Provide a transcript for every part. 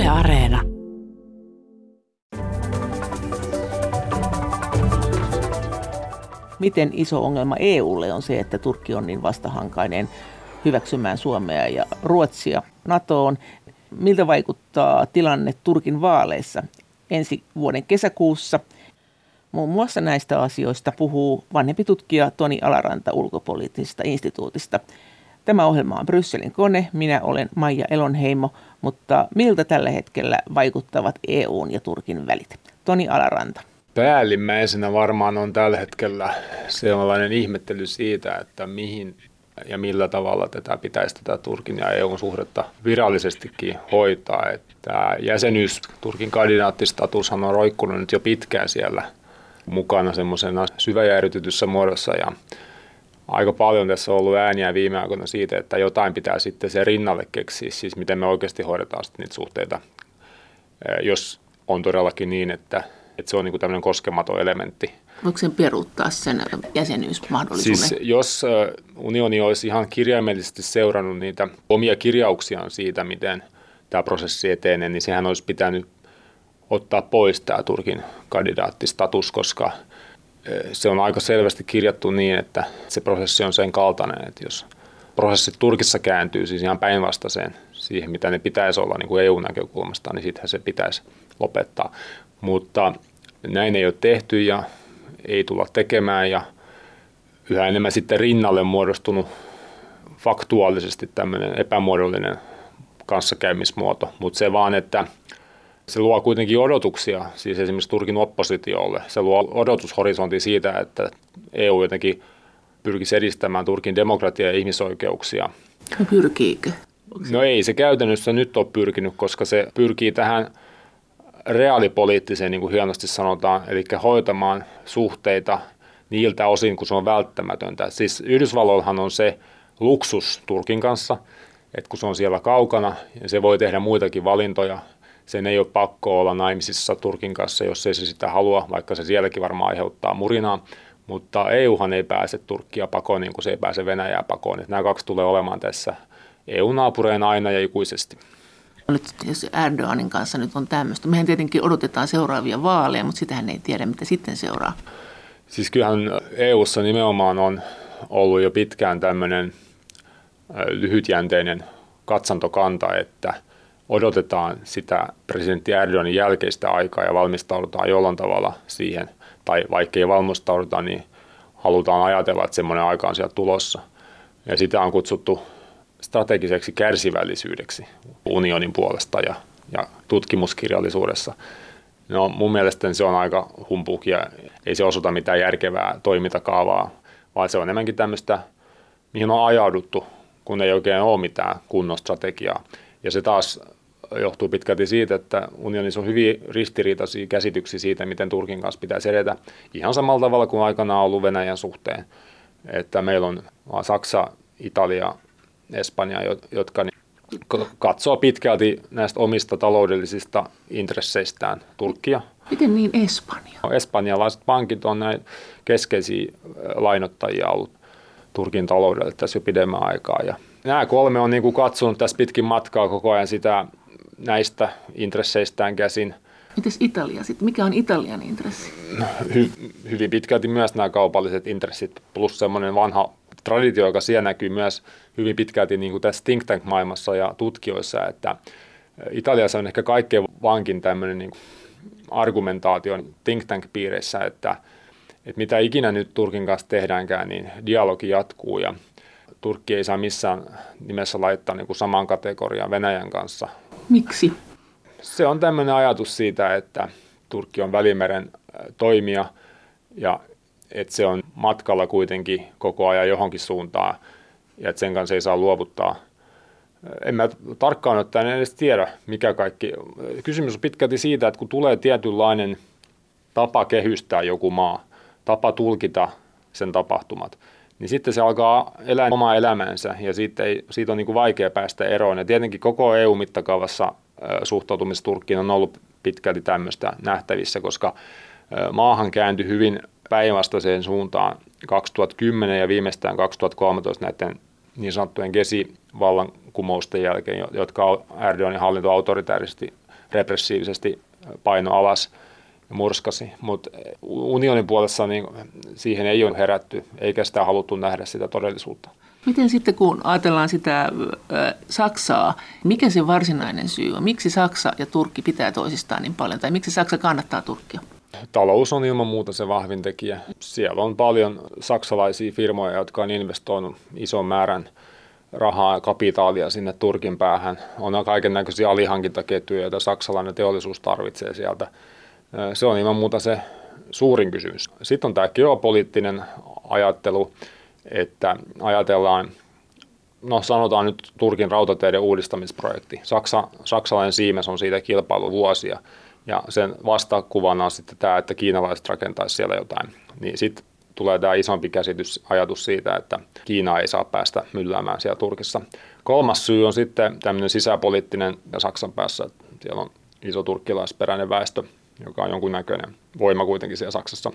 Yle Areena. Miten iso ongelma EUlle on se, että Turkki on niin vastahankainen hyväksymään Suomea ja Ruotsia NATOon? Miltä vaikuttaa tilanne Turkin vaaleissa ensi vuoden kesäkuussa? Muun muassa näistä asioista puhuu vanhempi tutkija Toni Alaranta Ulkopoliittisesta instituutista. Tämä ohjelma on Brysselin kone, minä olen Maija Elonheimo, mutta miltä tällä hetkellä vaikuttavat EUn ja Turkin välit? Toni Alaranta. Päällimmäisenä varmaan on tällä hetkellä sellainen ihmettely siitä, että mihin ja millä tavalla pitäisi tätä Turkin ja EUn suhdetta virallisestikin hoitaa. Että jäsenyys, Turkin kandidaattistatushan on roikkunut nyt jo pitkään siellä mukana semmoisena syväjäärytetyssä muodossa ja aika paljon tässä on ollut ääniä viime aikoina siitä, että jotain pitää sitten sen rinnalle keksiä, siis miten me oikeasti hoidetaan sitten niitä suhteita, jos on todellakin niin, että se on niin kuin tämmöinen koskematon elementti. Voiko sen peruuttaa sen jäsenyysmahdollisuuden? Siis jos unioni olisi ihan kirjaimellisesti seurannut niitä omia kirjauksiaan siitä, miten tämä prosessi etenee, niin sehän olisi pitänyt ottaa pois tämä Turkin kandidaattistatus, koska se on aika selvästi kirjattu niin, että se prosessi on sen kaltainen, että jos prosessit Turkissa kääntyy siis ihan päinvastaiseen siihen, mitä ne pitäisi olla niin kuin EU-näkökulmasta, niin sittenhän se pitäisi lopettaa. Mutta näin ei ole tehty ja ei tulla tekemään ja yhä enemmän sitten rinnalle muodostunut faktuaalisesti tämmöinen epämuodollinen kanssakäymismuoto, mutta se vaan, että se luo kuitenkin odotuksia, siis esimerkiksi Turkin oppositiolle. Se luo odotushorisontin siitä, että EU jotenkin pyrkisi edistämään Turkin demokratiaa ja ihmisoikeuksia. No pyrkiikö? No ei se käytännössä nyt ole pyrkinyt, koska se pyrkii tähän reaalipoliittiseen, niin kuin hienosti sanotaan, eli hoitamaan suhteita niiltä osin, kun se on välttämätöntä. Siis Yhdysvalloillahan on se luksus Turkin kanssa, että kun se on siellä kaukana ja se voi tehdä muitakin valintoja, sen ei ole pakko olla naimisissa Turkin kanssa, jos ei se sitä halua, vaikka se sielläkin varmaan aiheuttaa murinaa. Mutta EUhan ei pääse Turkkia pakoon, niin kuin se ei pääse Venäjää pakoon. Että nämä kaksi tulee olemaan tässä EU-naapureina aina ja ikuisesti. Nyt jos Erdoganin kanssa nyt on tämmöistä. Mehän tietenkin odotetaan seuraavia vaaleja, mutta sitähän ei tiedä, mitä sitten seuraa. Siis kyllähän EUssa nimenomaan on ollut jo pitkään tämmöinen lyhytjänteinen katsantokanta, että odotetaan sitä presidentti Erdoganin jälkeistä aikaa ja valmistaudutaan jollain tavalla siihen, tai vaikka ei valmistauduta, niin halutaan ajatella, että semmoinen aika on sieltä tulossa. Ja sitä on kutsuttu strategiseksi kärsivällisyydeksi unionin puolesta ja tutkimuskirjallisuudessa. No mun mielestä se on aika humpuukia, ei se osoita mitään järkevää toimintakaavaa, vaan se on enemmänkin tämmöistä, mihin on ajauduttu, kun ei oikein ole mitään kunnon strategiaa. Ja se taas johtuu pitkälti siitä, että unionissa on hyvin ristiriitaisia käsityksiä siitä, miten Turkin kanssa pitäisi edetä. Ihan samalla tavalla kuin aikanaan ollut Venäjän suhteen. Että meillä on Saksa, Italia, Espanja, jotka katsoo pitkälti näistä omista taloudellisista intresseistään Turkkia. Miten niin Espanja? Espanjalaiset pankit on näin keskeisiä lainottajia ollut Turkin taloudelle tässä jo pidemmän aikaa. Ja nämä kolme on niin kuin katsonut tässä pitkin matkaa koko ajan sitä näistä intresseistään käsin. Mites Italia sitten? Mikä on Italian intressi? Hyvin pitkälti myös nämä kaupalliset intressit plus semmoinen vanha traditio, joka siellä näkyy myös hyvin pitkälti niin kuin tässä think tank-maailmassa ja tutkijoissa, että Italiassa on ehkä kaikkein vankin tämmöinen niin kuin argumentaatio think tank-piireissä, että mitä ikinä nyt Turkin kanssa tehdäänkään, niin dialogi jatkuu ja Turkki ei saa missään nimessä laittaa niin kuin samaan kategoriaan Venäjän kanssa. Miksi? Se on tämmöinen ajatus siitä, että Turkki on Välimeren toimija ja että se on matkalla kuitenkin koko ajan johonkin suuntaan ja että sen kanssa ei saa luovuttaa. En mä tarkkaan ottaen edes tiedä, mikä kaikki. Kysymys on pitkälti siitä, että kun tulee tietynlainen tapa kehystää joku maa, tapa tulkita sen tapahtumat, niin sitten se alkaa elää omaa elämänsä ja siitä on niin kuin vaikea päästä eroon. Ja tietenkin koko EU-mittakaavassa suhtautumista Turkkiin on ollut pitkälti tämmöistä nähtävissä, koska maahan kääntyi hyvin päinvastaiseen suuntaan 2010 ja viimeistään 2013 näiden niin sanottujen Gezi-vallankumousten jälkeen, jotka Erdoganin hallinto autoritäärisesti repressiivisesti paino alas ja murskasi. Mutta unionin puolessa niin siihen ei ole herätty, eikä sitä haluttu nähdä sitä todellisuutta. Miten sitten, kun ajatellaan sitä Saksaa, mikä se varsinainen syy on? Miksi Saksa ja Turkki pitää toisistaan niin paljon, tai miksi Saksa kannattaa Turkkia? Talous on ilman muuta se vahvin tekijä. Siellä on paljon saksalaisia firmoja, jotka on investoinut ison määrän rahaa ja kapitaalia sinne Turkin päähän. On kaiken näköisiä alihankintaketjuja, joita saksalainen teollisuus tarvitsee sieltä. Se on ilman muuta se suurin kysymys. Sitten on tämä geopoliittinen ajattelu, että sanotaan nyt Turkin rautateiden uudistamisprojekti. Saksalainen Siemens on siitä kilpailu vuosia. Ja sen vastakuvana on sitten tämä, että kiinalaiset rakentaisi siellä jotain. Niin sitten tulee tämä isompi ajatus siitä, että Kiina ei saa päästä mylläämään siellä Turkissa. Kolmas syy on sitten tämmöinen sisäpoliittinen ja Saksan päässä. Siellä on iso turkkilaisperäinen väestö, joka on jonkunnäköinen voima kuitenkin siellä Saksassa.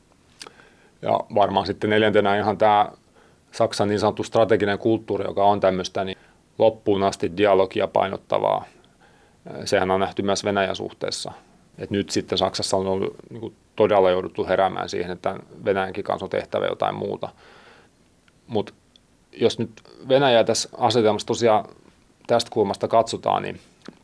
Ja varmaan sitten neljäntenä ihan tämä Saksan niin sanottu strateginen kulttuuri, joka on tämmöistä niin loppuun asti dialogia painottavaa. Sehän on nähty myös Venäjän suhteessa. Et nyt sitten Saksassa on ollut niin todella jouduttu heräämään siihen, että Venäjänkin kanssa on tehtävä jotain muuta. Mutta jos nyt Venäjää tässä asetelmassa tosiaan tästä kulmasta katsotaan, niin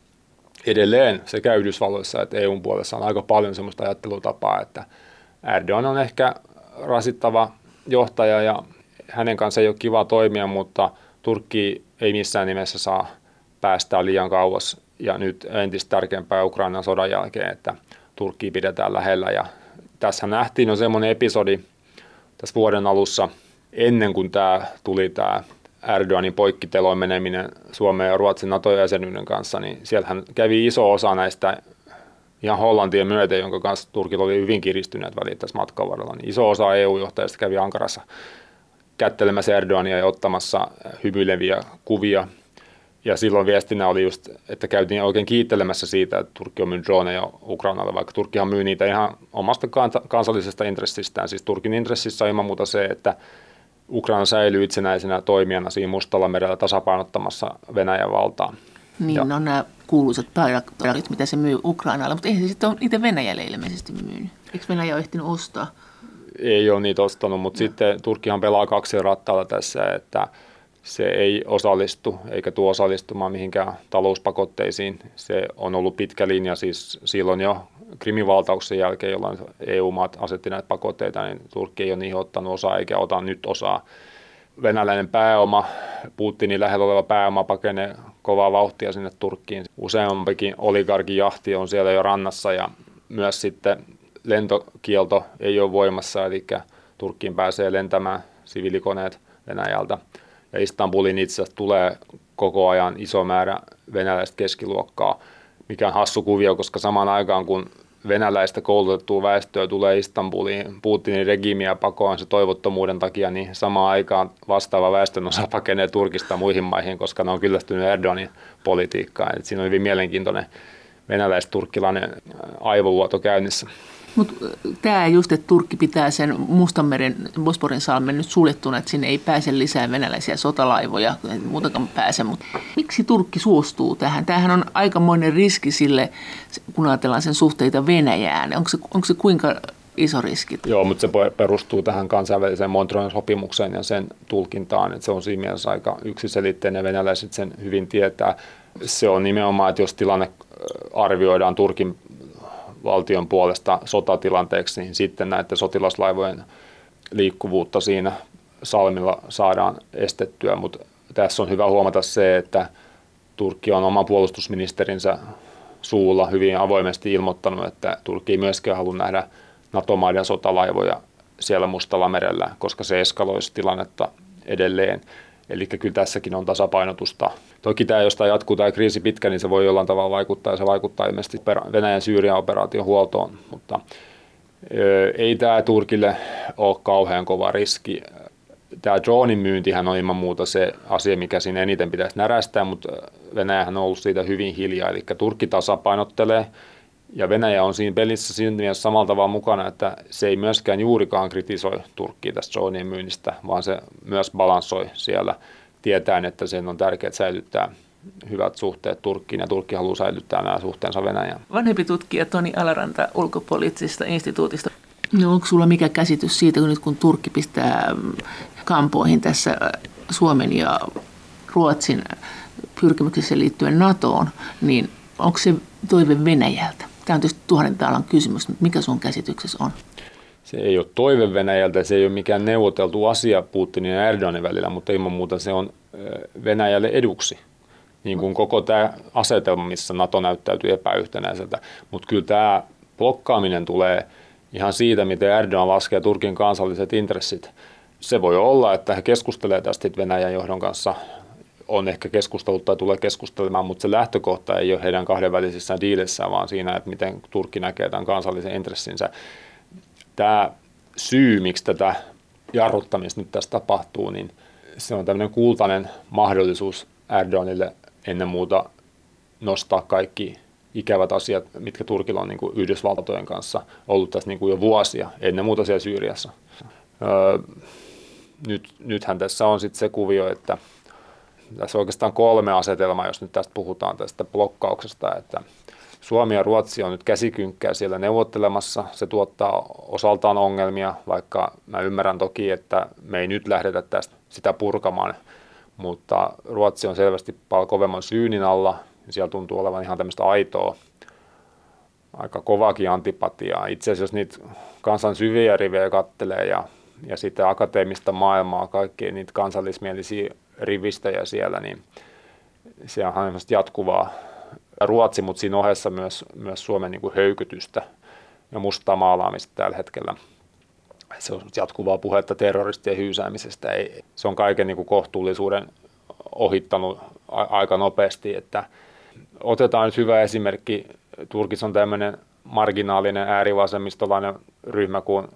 edelleen sekä Yhdysvalloissa että EUn puolessa on aika paljon sellaista ajattelutapaa, että Erdogan on ehkä rasittava johtaja ja hänen kanssa ei ole kiva toimia, mutta Turkki ei missään nimessä saa päästää liian kauas. Ja nyt entistä tärkeämpää Ukrainan sodan jälkeen, että Turkkia pidetään lähellä. Ja tässä nähtiin jo semmoinen episodi tässä vuoden alussa, ennen kuin tuli tämä Erdoganin poikkiteloin meneminen Suomen ja Ruotsin NATO-jäsenyyden kanssa, niin siellähän kävi iso osa näistä ihan Hollantien myöten, jonka kanssa Turkilla oli hyvin kiristyneet välit tässä matkan varrella. Niin iso osa EU-johtajista kävi Ankarassa kättelemässä Erdogania ja ottamassa hymyileviä kuvia. Ja silloin viestinä oli just, että käytiin oikein kiittelemässä siitä, että Turkki on myynyt droneja Ukrainalle, vaikka Turkkihan myy niitä ihan omasta kansallisesta intressistään. Siis Turkin intressissä on ilman muuta se, että Ukraina säilyy itsenäisenä toimijana siinä Mustalla merellä tasapainottamassa Venäjän valtaa. Niin, on nämä kuuluisat Bayraktarit, mitä se myy Ukrainalle, mutta eihän se sitten ole itse Venäjälle ilmeisesti myynyt. Eikö Venäjä ole ehtinyt ostaa? Ei ole niitä ostanut, mutta sitten Turkkihan pelaa kaksi rattailla tässä, että se ei osallistu eikä tule osallistumaan mihinkään talouspakotteisiin. Se on ollut pitkä linja, siis silloin jo Krimin valtauksen jälkeen, jolloin EU-maat asetti näitä pakotteita, niin Turkki ei ole niihin ottanut osaa eikä ota nyt osaa. Venäläinen pääoma, Putinin lähellä oleva pääoma pakenee kovaa vauhtia sinne Turkkiin. Useampikin oligarkin jahti on siellä jo rannassa ja myös sitten lentokielto ei ole voimassa, eli Turkkiin pääsee lentämään siviilikoneet Venäjältä. Ja Istanbulin itse asiassa tulee koko ajan iso määrä venäläistä keskiluokkaa, mikä on hassu kuvio, koska samaan aikaan kun venäläistä koulutettua väestöä tulee Istanbuliin Putinin regiimiä pakoon se toivottomuuden takia, niin samaan aikaan vastaava väestönosa pakenee Turkista muihin maihin, koska ne on kyllästynyt Erdoganin politiikkaan. Et siinä on hyvin mielenkiintoinen venäläis-turkkilainen aivovuoto käynnissä. Mutta tämä just, että Turkki pitää sen Mustanmeren, Bosporin salmen nyt suljettuna, että sinne ei pääse lisää venäläisiä sotalaivoja, muutakaan pääse. Mutta miksi Turkki suostuu tähän? Tämähän on aikamoinen riski sille, kun ajatellaan sen suhteita Venäjään. Onko se kuinka iso riski? Joo, mutta se perustuu tähän kansainväliseen Montrealin sopimukseen ja sen tulkintaan, että se on siinä mielessä aika yksiselitteinen, venäläiset sen hyvin tietää. Se on nimenomaan, että jos tilanne arvioidaan Turkin valtion puolesta sotatilanteeksi, niin sitten näiden sotilaslaivojen liikkuvuutta siinä salmilla saadaan estettyä, mutta tässä on hyvä huomata se, että Turkki on oman puolustusministerinsä suulla hyvin avoimesti ilmoittanut, että Turkki ei myöskään halua nähdä NATO-maiden sotalaivoja siellä Mustalla merellä, koska se eskaloisi tilannetta edelleen. Eli kyllä tässäkin on tasapainotusta. Toki tämä, jos tämä jatkuu tämä kriisi pitkä, niin se voi jollain tavalla vaikuttaa, ja se vaikuttaa ilmeisesti Venäjän Syyrian-operaation huoltoon, mutta ei tämä Turkille ole kauhean kova riski. Tämä dronin myyntihän on ilman muuta se asia, mikä siinä eniten pitäisi närästää, mutta Venäjähän on ollut siitä hyvin hiljaa, eli Turkki tasapainottelee, ja Venäjä on siinä pelissä siinä mielessä samalla tavalla mukana, että se ei myöskään juurikaan kritisoi Turkkia tästä dronien myynnistä, vaan se myös balanssoi siellä tietäen, että sen on tärkeää säilyttää hyvät suhteet Turkkiin ja Turkki haluaa säilyttää nämä suhteensa Venäjään. Vanhempi tutkija Toni Alaranta ulkopoliittisesta instituutista. No, onko sulla mikä käsitys siitä, kun Turkki pistää kampoihin tässä Suomen ja Ruotsin pyrkimyksissä liittyen NATOon, niin onko se toive Venäjältä? Tämä on tietysti 1000 taalan kysymys, mutta mikä sun käsityksessä on? Se ei ole toive Venäjältä, se ei ole mikään neuvoteltu asia Putinin ja Erdoganin välillä, mutta ilman muuta se on Venäjälle eduksi. Niin kuin koko tämä asetelma, missä NATO näyttäytyy epäyhtenäiseltä. Mutta kyllä tämä blokkaaminen tulee ihan siitä, miten Erdogan laskee Turkin kansalliset intressit. Se voi olla, että he keskustelevat tästä Venäjän johdon kanssa, on ehkä keskustellut tai tulee keskustelemaan, mutta se lähtökohta ei ole heidän kahdenvälisissä diilissään, vaan siinä, että miten Turkki näkee tämän kansallisen intressinsä. Tämä syy, miksi tätä jarruttamista nyt tässä tapahtuu, niin se on tämmöinen kultainen mahdollisuus Erdoganille ennen muuta nostaa kaikki ikävät asiat, mitkä Turkilla on niin kuin Yhdysvaltojen kanssa ollut tässä niin kuin jo vuosia, ennen muuta siellä Syyriassa. Nythän tässä on sitten se kuvio, että tässä on oikeastaan 3 asetelmaa, jos nyt tästä puhutaan tästä blokkauksesta, että Suomi ja Ruotsi on nyt käsikynkkää siellä neuvottelemassa. Se tuottaa osaltaan ongelmia, vaikka mä ymmärrän toki, että me ei nyt lähdetä tästä sitä purkamaan, mutta Ruotsi on selvästi paljon kovemman syynin alla. Siellä tuntuu olevan ihan tämmöistä aitoa, aika kovaakin antipatiaa. Itse asiassa niitä kansan syviä rivejä kattelee ja sitten akateemista maailmaa, kaikkia niitä kansallismielisiä rivistöjä siellä, niin siellä on ihan jatkuvaa Ruotsi, mutta siinä ohessa myös Suomen niin kuin höykytystä ja mustaa maalaamista tällä hetkellä. Se on jatkuvaa puhetta terroristien hyysäämisestä. Se on kaiken niin kuin kohtuullisuuden ohittanut aika nopeasti. Että otetaan nyt hyvä esimerkki. Turkissa on tämmöinen marginaalinen äärivasemmistolainen ryhmä kuin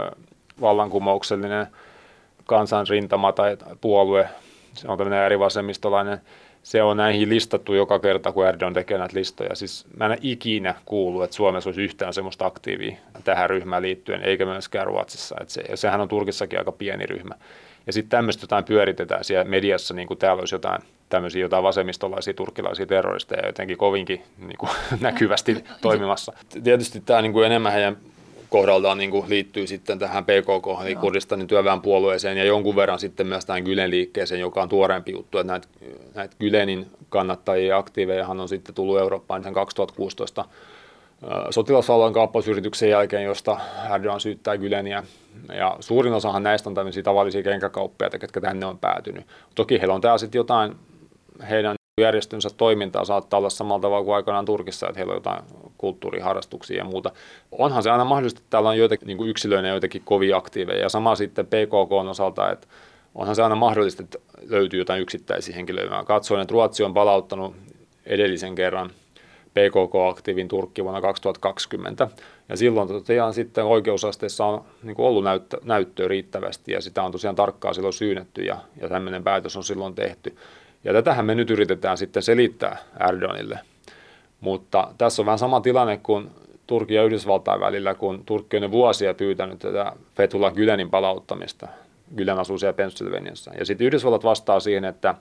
vallankumouksellinen kansanrintama tai puolue. Se on tämmöinen äärivasemmistolainen. Se on näihin listattu joka kerta, kun Erdogan tekee näitä listoja. Siis mä en ole ikinä kuullut, että Suomessa olisi yhtään semmoista aktiivia tähän ryhmään liittyen, eikä myöskään Ruotsissa. Sehän on Turkissakin aika pieni ryhmä. Ja sitten tämmöistä jotain pyöritetään siellä mediassa, niin kuin täällä olisi jotain vasemmistolaisia turkkilaisia terroristeja jotenkin kovinkin niin kuin näkyvästi toimimassa. Tietysti tämä niin kuin enemmän heidän kohdaltaan niin kuin liittyy sitten tähän PKK, eli Kurdistanin työväenpuolueeseen, ja jonkun verran sitten myös tähän Gülen liikkeeseen, joka on tuoreempi juttu, että näitä Gülenin kannattajia ja aktiivejahan on sitten tullut Eurooppaan 2016 sotilasvallan kaappausyrityksen jälkeen, josta Erdogan syyttää Güleniä, ja suurin osahan näistä on tämmöisiä tavallisia kenkäkauppiaita, ketkä tänne on päätynyt. Toki heillä on täällä sitten jotain heidän järjestönsä toimintaa saattaa olla samalla tavalla kuin aikanaan Turkissa, että heillä on jotain kulttuuriharrastuksia ja muuta. Onhan se aina mahdollista, että täällä on joitakin niin kuin yksilöinä joitakin kovia aktiiveja, ja sama sitten PKK:n osalta, että onhan se aina mahdollista, että löytyy jotain yksittäisiä henkilöitä. Mä katsoin, että Ruotsi on palauttanut edellisen kerran PKK-aktiivin Turkki vuonna 2020, ja silloin tosiaan sitten oikeusasteessa on niin kuin ollut näyttöä riittävästi, ja sitä on tosiaan tarkkaan silloin syynetty, ja tämmöinen päätös on silloin tehty. Ja tätähän me nyt yritetään sitten selittää Erdoganille. Mutta tässä on vähän sama tilanne kuin Turkin ja Yhdysvaltain välillä, kun Turkki on jo vuosia pyytänyt tätä Fethullah Gülenin palauttamista. Gülen asuu siellä Pennsylvaniassa. Ja sitten Yhdysvallat vastaa siihen, että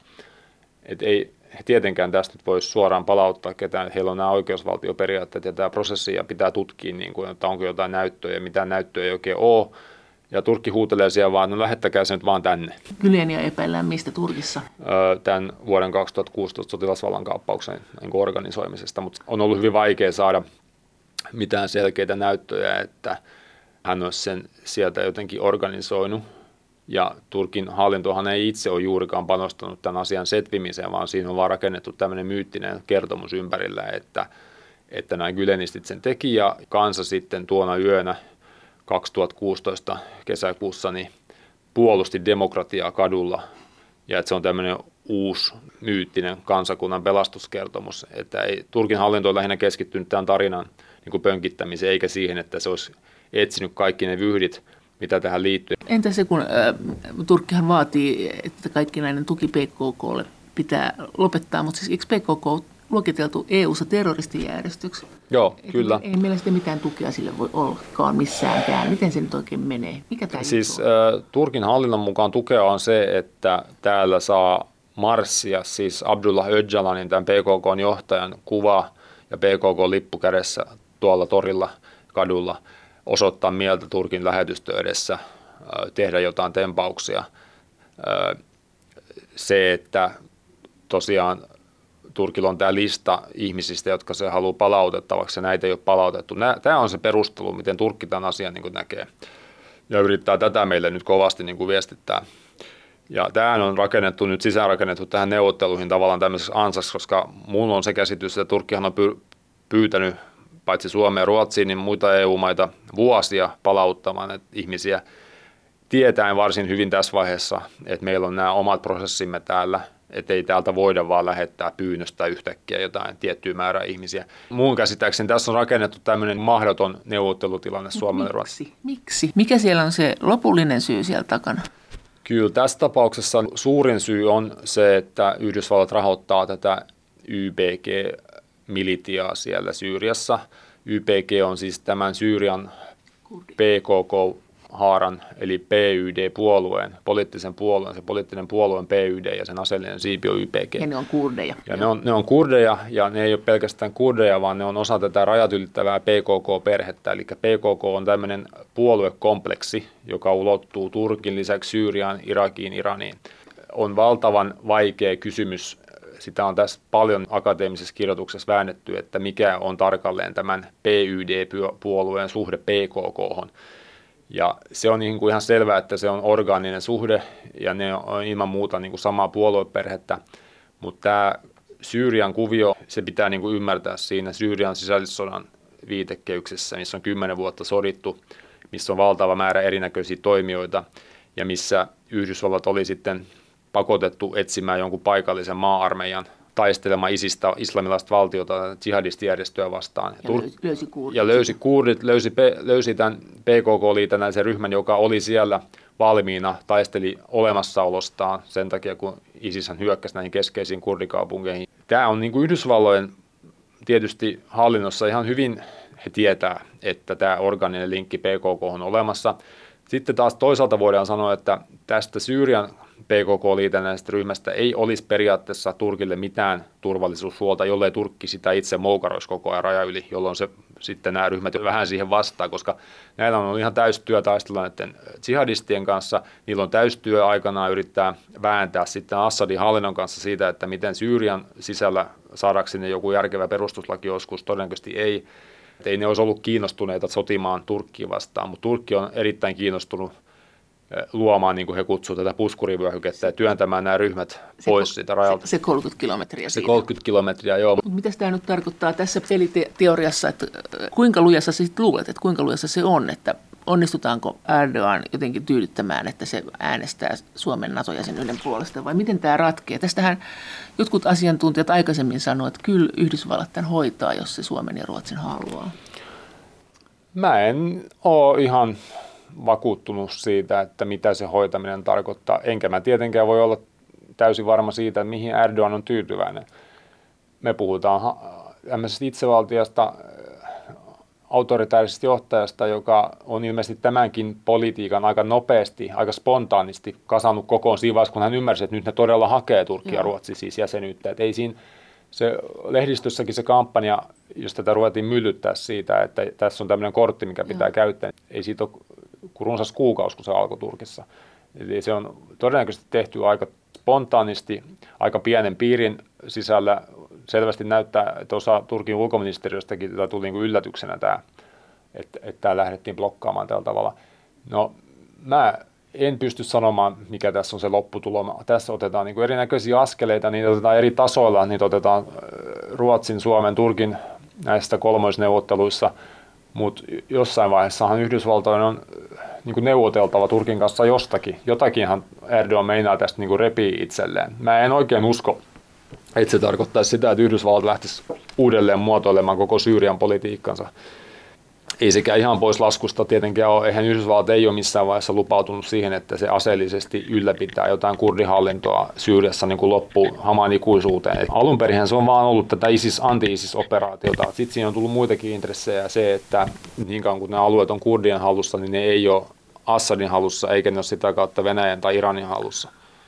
ei he tietenkään tästä nyt voisi suoraan palauttaa ketään, että heillä on nämä oikeusvaltioperiaatteet ja tämä prosessi ja pitää tutkia, niin kuin, että onko jotain näyttöä ja mitään näyttöä ei oikein ole. Ja Turkki huutelee siellä vaan, no lähettäkää se nyt vaan tänne. Güleniä epäillään mistä Turkissa? Tämän vuoden 2016 sotilasvallan kaappauksen niin organisoimisesta, mutta on ollut hyvin vaikea saada mitään selkeitä näyttöjä, että hän olisi sen sieltä jotenkin organisoinut. Ja Turkin hallintohan ei itse ole juurikaan panostanut tämän asian setvimiseen, vaan siinä on vaan rakennettu tämmöinen myyttinen kertomus ympärillä, että nämä Gülenistit sen teki ja kansa sitten tuona yönä 2016 kesäkuussa niin puolusti demokratiaa kadulla ja että se on tämmöinen uusi myyttinen kansakunnan pelastuskertomus, että ei, Turkin hallinto on lähinnä keskittynyt tämän tarinan niin kuin pönkittämiseen eikä siihen, että se olisi etsinyt kaikki ne vyhdit, mitä tähän liittyy. Entä se, kun Turkkihan vaatii, että kaikki näiden tuki PKK:lle pitää lopettaa, mutta siis eikö PKK luokiteltu EU-ssa terroristijärjestöksi? Joo, kyllä. Ei mielestäni mitään tukea sille voi ollakaan missäänkään. Miten se nyt oikein menee? Mikä tämä siis Turkin hallinnon mukaan tukea on se, että täällä saa marssia, siis Abdullah Öcalanin, tämän PKK:n johtajan kuva ja PKK-lippu kädessä tuolla torilla, kadulla, osoittaa mieltä Turkin lähetystö edessä, tehdä jotain tempauksia. Se, että tosiaan Turkilla on tämä lista ihmisistä, jotka se haluaa palautettavaksi, ja näitä ei ole palautettu. Tämä on se perustelu, miten Turkki tämän asian niin kuin näkee, ja yrittää tätä meille nyt kovasti niin kuin viestittää. Ja tämähän on sisäänrakennettu tähän neuvotteluihin tavallaan tämmöisessä ansaksi, koska minulla on se käsitys, että Turkkihan on pyytänyt paitsi Suomea ja Ruotsiin, niin muita EU-maita vuosia palauttamaan ihmisiä, tietäen varsin hyvin tässä vaiheessa, että meillä on nämä omat prosessimme täällä, että ei täältä voida vaan lähettää pyynnöstä yhtäkkiä jotain tiettyä määrää ihmisiä. Mun käsittääkseni tässä on rakennettu tämmöinen mahdoton neuvottelutilanne Suomelle. Miksi? Mikä siellä on se lopullinen syy siellä takana? Kyllä tässä tapauksessa suurin syy on se, että Yhdysvallat rahoittaa tätä YPG-militiaa siellä Syyriassa. YPG on siis tämän Syyrian PKK-haaran eli PYD-puolueen, poliittisen puolueen, se poliittinen puolue on PYD ja sen aseellinen siipi on YPG. Ja ne on kurdeja. Ja ne on kurdeja ja ne ei ole pelkästään kurdeja, vaan ne on osa tätä rajat ylittävää PKK-perhettä. Eli PKK on tämmöinen puoluekompleksi, joka ulottuu Turkin lisäksi Syyriaan, Irakiin, Iraniin. On valtavan vaikea kysymys. Sitä on tässä paljon akateemisessa kirjoituksessa väännetty, että mikä on tarkalleen tämän PYD-puolueen suhde PKK:hon. Ja se on niin kuin ihan selvää, että se on orgaaninen suhde ja ne on ilman muuta niin kuin samaa puolueperhettä, mutta tämä Syyrian kuvio, se pitää niin kuin ymmärtää siinä Syyrian sisällissodan viitekehyksessä, missä on 10 vuotta sodittu, missä on valtava määrä erinäköisiä toimijoita ja missä Yhdysvallat oli sitten pakotettu etsimään jonkun paikallisen maa-armeijan taistelemaan ISISistä, islamilaista valtiota, jihadistijärjestöä vastaan. Löysi kurdit, löysi tämän PKK-liitännäisen ryhmän, joka oli siellä valmiina, taisteli olemassaolostaan sen takia, kun ISIS hyökkäsi näihin keskeisiin kurdikaupunkeihin. Tämä on niin kuin Yhdysvallojen tietysti hallinnossa ihan hyvin, he tietää, että tämä orgaaninen linkki PKK on olemassa. Sitten taas toisaalta voidaan sanoa, että tästä Syyrian PKK-liitännäisestä ryhmästä ei olisi periaatteessa Turkille mitään turvallisuushuolta, jollei Turkki sitä itse moukaroisi koko ajan raja yli, jolloin se sitten nämä ryhmät vähän siihen vastaa, koska näillä on ihan täystyö taistella näiden jihadistien kanssa. Niillä on täystyö aikanaan yrittää vääntää sitten Assadin hallinnon kanssa siitä, että miten Syyrian sisällä saadaanko sinne joku järkevä perustuslaki joskus, todennäköisesti ei. Että ei ne olisi ollut kiinnostuneita sotimaan Turkkiin vastaan, mutta Turkki on erittäin kiinnostunut luomaan, niin kuin he kutsuvat tätä puskurivyöhykettä ja työntämään nämä ryhmät pois siitä rajalta. Se 30 kilometriä siitä. Se 30 kilometriä, joo. Mutta mitä tämä nyt tarkoittaa tässä peliteoriassa, että kuinka lujassa sä sitten luulet, että kuinka lujassa se on, että onnistutaanko Erdogan jotenkin tyydyttämään, että se äänestää Suomen NATO-jäsenyyden puolesta, vai miten tämä ratkeaa? Tästähän jotkut asiantuntijat aikaisemmin sanoivat, että kyllä Yhdysvallat tämän hoitaa, jos se Suomen ja Ruotsin haluaa. Mä en ole ihan vakuuttunut siitä, että mitä se hoitaminen tarkoittaa. Enkä mä tietenkään voi olla täysin varma siitä, että mihin Erdogan on tyytyväinen. Me puhutaan tämmöisestä itsevaltiasta, autoritaarisesta johtajasta, joka on ilmeisesti tämänkin politiikan aika nopeasti, aika spontaanisti kasannut kokoon siinä vaiheessa, kun hän ymmärsi, että nyt ne todella hakee Turkki ja Ruotsi siis jäsenyyttä. Että ei siinä, se lehdistössäkin se kampanja, jos tätä ruvettiin myllyttää siitä, että tässä on tämmöinen kortti, mikä pitää käyttää. Ei siitä ole kuin runsas kuukausi, kun se alkoi Turkissa. Eli se on todennäköisesti tehty aika spontaanisti, aika pienen piirin sisällä. Selvästi näyttää, että osa Turkin ulkoministeriöstäkin tätä tuli niin kuin yllätyksenä tämä, että tämä lähdettiin blokkaamaan tällä tavalla. No, mä en pysty sanomaan, mikä tässä on se lopputuloma. Tässä otetaan niin kuin erinäköisiä askeleita, niitä otetaan eri tasoilla, niitä otetaan Ruotsin, Suomen, Turkin näissä kolmoisneuvotteluissa, mutta jossain vaiheessahan Yhdysvaltojen on niin kuin neuvoteltava Turkin kanssa jostakin. Jotakinhan Erdogan meinaa tästä niin kuin repii itselleen. Mä en oikein usko, että se tarkoittaisi sitä, että Yhdysvallat lähtisi uudelleen muotoilemaan koko Syyrian politiikkansa. Ei sekä ihan pois laskusta tietenkään ole. Eihän Yhdysvallat ei ole missään vaiheessa lupautunut siihen, että se aseellisesti ylläpitää jotain kurdihallintoa Syyriassa niin kuin loppuhamaan ikuisuuteen. Alun perin se on vaan ollut tätä anti-ISIS-operaatiota. Sitten siinä on tullut muitakin intressejä. Se, että niin kauan kuin nämä alueet on kurdien hallussa, niin ne ei ole Assadin hallussa, eikä ne ole sitä kautta Venäjän tai Iranin hallussa.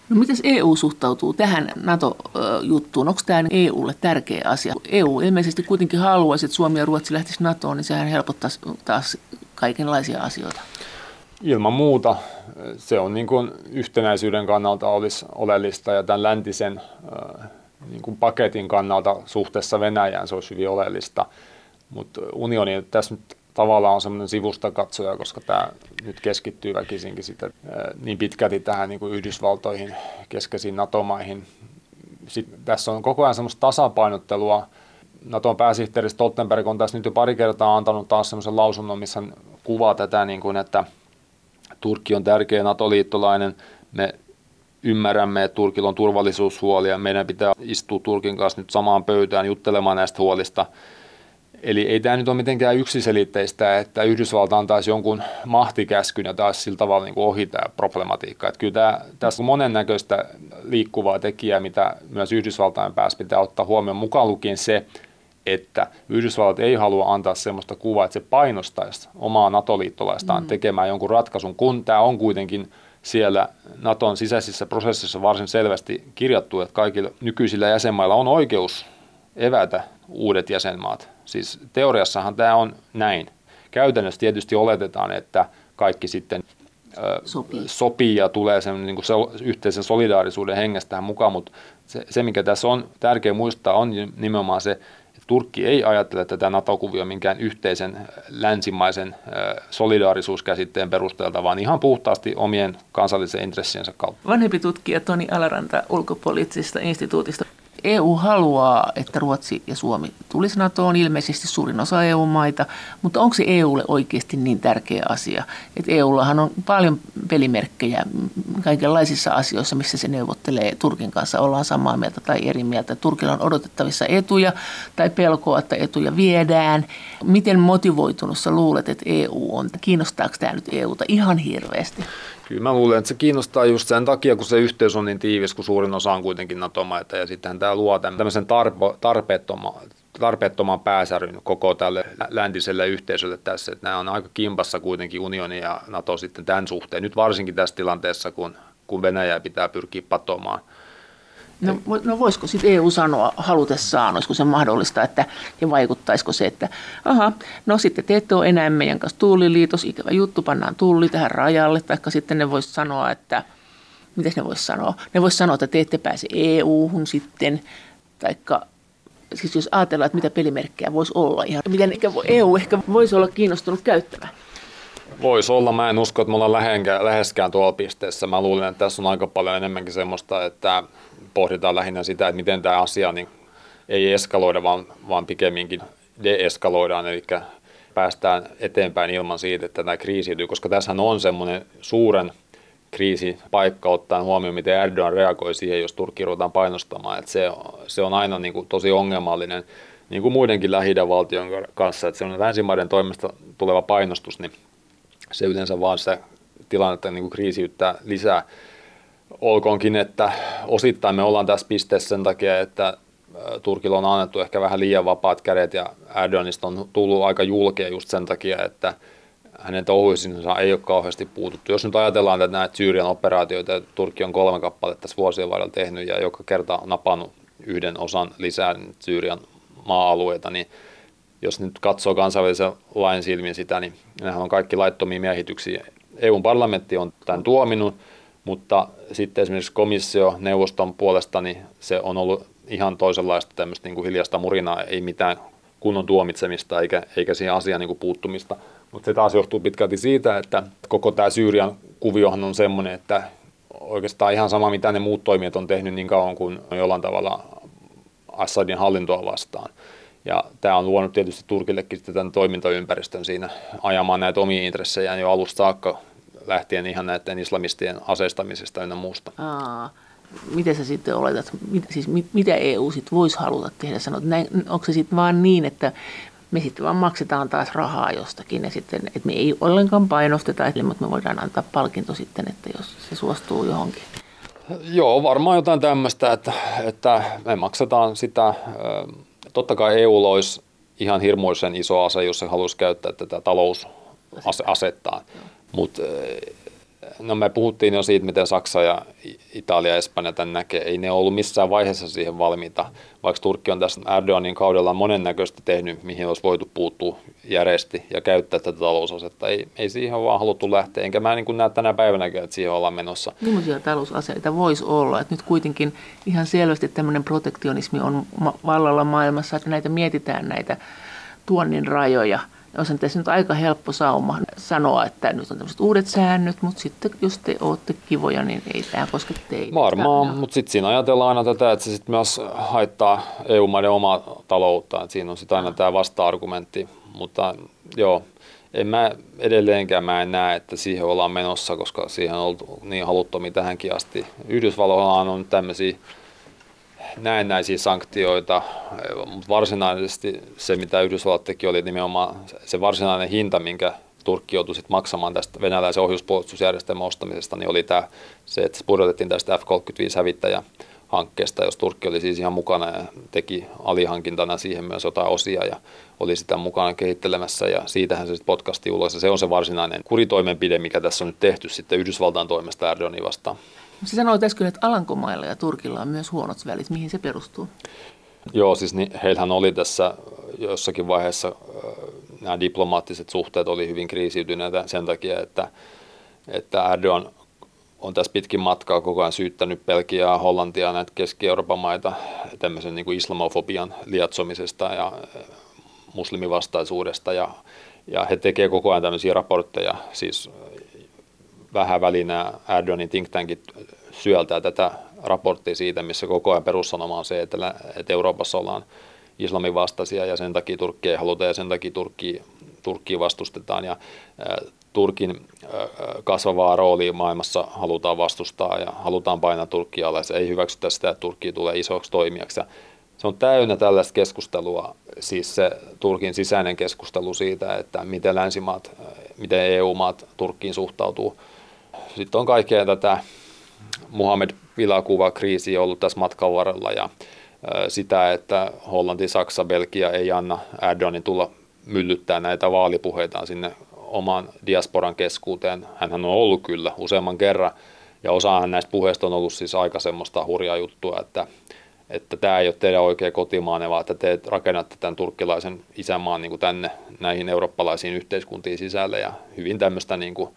No mitäs EU suhtautuu tähän NATO-juttuun? Onko tämä EUlle tärkeä asia? EU ilmeisesti kuitenkin haluaisi, että Suomi ja Ruotsi lähtisivät NATOon, niin sehän helpottaisi taas kaikenlaisia asioita. Ilman muuta se on niin kuin yhtenäisyyden kannalta olisi oleellista ja tämän läntisen niin kuin paketin kannalta suhteessa Venäjään se olisi hyvin oleellista. Mutta unioni tässä nyt tavallaan on semmoinen sivusta katsoja, koska tämä nyt keskittyy väkisinkin sitä, niin pitkälti tähän niin kuin Yhdysvaltoihin, keskeisiin NATO-maihin. Sitten tässä on koko ajan semmoista tasapainottelua. NATOn pääsihteeri Stoltenberg on tässä nyt jo pari kertaa antanut taas semmoisen lausunnon, missä hän kuvaa tätä, niin kuin, että Turkki on tärkeä NATO-liittolainen. Me ymmärrämme, että Turkilla on turvallisuushuolia. Meidän pitää istua Turkin kanssa nyt samaan pöytään juttelemaan näistä huolista. Eli ei tämä nyt ole mitenkään yksiselitteistä, että Yhdysvalta antaisi jonkun mahtikäskyn ja taas sillä tavalla niin kuin ohi tämä problematiikka. Että kyllä tässä on monennäköistä liikkuvaa tekijää, mitä myös Yhdysvaltain päässä pitää ottaa huomioon, mukaan lukien se, että Yhdysvallat ei halua antaa sellaista kuvaa, että se painostaisi omaa NATO-liittolaistaan tekemään jonkun ratkaisun, kun tämä on kuitenkin siellä NATOn sisäisissä prosessissa varsin selvästi kirjattu, että kaikilla nykyisillä jäsenmailla on oikeus evätä uudet jäsenmaat. Siis teoriassahan tämä on näin. Käytännössä tietysti oletetaan, että kaikki sitten sopii ja tulee sen niin kuin yhteisen solidaarisuuden hengestä tähän mukaan, mutta se, mikä tässä on tärkeä muistaa, on nimenomaan se, että Turkki ei ajattele tätä NATO-kuvia minkään yhteisen länsimaisen solidaarisuuskäsitteen perusteelta, vaan ihan puhtaasti omien kansallisen intressiensä kautta. Vanhempi tutkija Toni Alaranta ulkopoliittisesta instituutista. EU haluaa, että Ruotsi ja Suomi tulisi NATOon, ilmeisesti suurin osa EU-maita, mutta onko se EUlle oikeasti niin tärkeä asia? Että EUllahan on paljon pelimerkkejä kaikenlaisissa asioissa, missä se neuvottelee Turkin kanssa, ollaan samaa mieltä tai eri mieltä. Turkilla on odotettavissa etuja tai pelkoa, että etuja viedään. Miten motivoitunut sä luulet, että EU on? Kiinnostaako tämä nyt EUta ihan hirveästi? Kyllä mä luulen, että se kiinnostaa just sen takia, kun se yhteys on niin tiivis, kun suurin osa on kuitenkin NATO-maita, ja sittenhän tämä luo tämmöisen tarpeettoman pääsäryn koko tälle läntiselle yhteisölle tässä, että nämä on aika kimpassa kuitenkin unioni ja NATO sitten tämän suhteen, nyt varsinkin tässä tilanteessa, kun Venäjää pitää pyrkiä patomaan. No voisiko sitten EU sanoa halutessaan, olisiko se mahdollista, että, ja vaikuttaisiko se, että sitten te ette ole enää meidän kanssa tulliliitos, ikävä juttu, pannaan tulli tähän rajalle, taikka sitten ne voisi sanoa, että, mitäs ne voisi sanoa? Ne voisi sanoa, että te ette pääse EU-hun sitten, taikka siis jos ajatellaan, että mitä pelimerkkejä voisi olla, ihan, miten EU ehkä voisi olla kiinnostunut käyttämään. Voisi olla. Mä en usko, että me ollaan läheskään tuolla pisteessä. Mä luulen, että tässä on aika paljon enemmänkin semmoista, että pohditaan lähinnä sitä, että miten tämä asia niin ei eskaloida, vaan pikemminkin deeskaloidaan, eli päästään eteenpäin ilman siitä, että tämä kriisiytyy, koska tässähän on semmoinen suuren kriisipaikka ottaen huomioon, miten Erdogan reagoi siihen, jos Turkki ruvetaan painostamaan. Että se on aina niin kuin tosi ongelmallinen, niin kuin muidenkin Lähi-idän valtion kanssa, että se on länsimaiden toimesta tuleva painostus, niin se yleensä vaan se tilannetta niin kuin kriisiyttää lisää. Olkoonkin, että osittain me ollaan tässä pisteessä sen takia, että Turkilla on annettu ehkä vähän liian vapaat kädet ja Erdoganista on tullut aika julkea just sen takia, että hänen touhuisinsa ei ole kauheasti puututtu. Jos nyt ajatellaan että näitä Syyrian operaatioita, Turkki on 3 kappaletta tässä vuosien varrella tehnyt ja joka kerta napannut yhden osan lisää Syyrian maa-alueita, niin jos nyt katsoo kansainvälisen lain silmin sitä, niin nehän on kaikki laittomia miehityksiä. EU-parlamentti on tämän tuominut, mutta sitten esimerkiksi komissio neuvoston puolesta, niin se on ollut ihan toisenlaista tämmöistä niin kuin hiljaista murinaa, ei mitään kunnon tuomitsemista eikä siihen asiaan niin kuin puuttumista. Mutta se taas johtuu pitkälti siitä, että koko tämä Syyrian kuviohan on semmoinen, että oikeastaan ihan sama mitä ne muut toimijat on tehnyt niin kauan kuin jollain tavalla Assadin hallintoa vastaan. Ja tämä on luonut tietysti Turkillekin sitten tämän toimintaympäristön siinä ajamaan näitä omia intressejään jo alusta saakka lähtien ihan näiden islamistien aseistamisesta ynnä muusta. Miten sä sitten oletat, mitä EU sitten voisi haluta tehdä? Sanot, onko se sitten vaan niin, että me sitten vaan maksetaan taas rahaa jostakin ja sitten, että me ei ollenkaan painosteta, mutta me voidaan antaa palkinto sitten, että jos se suostuu johonkin? Joo, varmaan jotain tämmöistä, että me maksetaan sitä. Totta kai EUlla olisi ihan hirmuisen iso ase, jos se haluaisi käyttää tätä talousasetta, mutta No me puhuttiin jo siitä, miten Saksa ja Italia ja Espanja tämän näkee. Ei ne ollut missään vaiheessa siihen valmiita, vaikka Turkki on tässä Erdoganin kaudella monennäköistä tehnyt, mihin olisi voitu puuttua järeästi ja käyttää tätä talousasetta. Ei siihen vaan haluttu lähteä, enkä mä niin näe tänä päivänäkään, että siihen ollaan menossa. Millaisia talousaseita voisi olla? Että nyt kuitenkin ihan selvästi tämmöinen protektionismi on vallalla maailmassa, että näitä mietitään näitä tuonnin rajoja. Olisi tässä nyt aika helppo sauma sanoa, että nyt on tämmöiset uudet säännöt, mutta sitten jos te olette kivoja, niin ei tämä koske teitä. Varmaan, mutta sitten siinä ajatellaan aina tätä, että se sitten myös haittaa EU-maiden omaa taloutta. Että siinä on sitten aina tämä vasta-argumentti, mutta joo, mä en näe, että siihen ollaan menossa, koska siihen on ollut niin haluttomia tähänkin asti. Yhdysvalloilla on tämmöisiä näennäisiä sanktioita, mutta varsinaisesti se, mitä Yhdysvallat teki, oli nimenomaan se varsinainen hinta, minkä Turkki joutui sitten maksamaan tästä venäläisen ohjuspuolustusjärjestelmän ostamisesta, niin oli se, että pudotettiin tästä F-35-hävittäjähankkeesta, jos Turkki oli siis ihan mukana ja teki alihankintana siihen myös jotain osia ja oli sitä mukana kehittelemässä ja siitähän se sitten potkasti ulos. Ja se on se varsinainen kuritoimenpide, mikä tässä on nyt tehty sitten Yhdysvaltain toimesta Erdoganin vastaan. Se sanoit äsken, että Alankomailla ja Turkilla on myös huonot välit. Mihin se perustuu? Joo, siis heillähän oli tässä jossakin vaiheessa nämä diplomaattiset suhteet oli hyvin kriisiytyneitä sen takia, että Erdogan on tässä pitkin matkaa koko ajan syyttänyt Belgiaa, Hollantia, näitä Keski-Euroopan maita tämmöisen niin kuin islamofobian lietsomisesta ja muslimivastaisuudesta ja he tekevät koko ajan tämmöisiä raportteja, siis vähän välinä Erdoganin think tankit syöltää tätä raporttia siitä, missä koko ajan perussanoma on se, että Euroopassa ollaan islamin vastaisia ja sen takia Turkkia ei haluta ja sen takia Turkkia vastustetaan ja Turkin kasvavaa roolia maailmassa halutaan vastustaa ja halutaan painaa Turkkia alas. Ei hyväksytä sitä, että Turkki tulee isoksi toimijaksi. Se on täynnä tällaista keskustelua, siis se Turkin sisäinen keskustelu siitä, että miten länsimaat, miten EU-maat Turkkiin suhtautuu. Sitten on kaikkea tätä Muhammed Vilakuva-kriisiä ollut tässä matkan varrella ja sitä, että Hollanti, Saksa, Belgia ei anna Erdoganin tulla myllyttää näitä vaalipuheitaan sinne oman diasporan keskuuteen. Hänhän on ollut kyllä useamman kerran ja osahan näistä puheista on ollut siis aika semmoista hurjaa juttua, että tämä ei ole teidän oikea kotimaanne, vaan että te rakennatte tämän turkkilaisen isänmaan niin kuin tänne näihin eurooppalaisiin yhteiskuntiin sisälle ja hyvin tämmöistä niin kuin,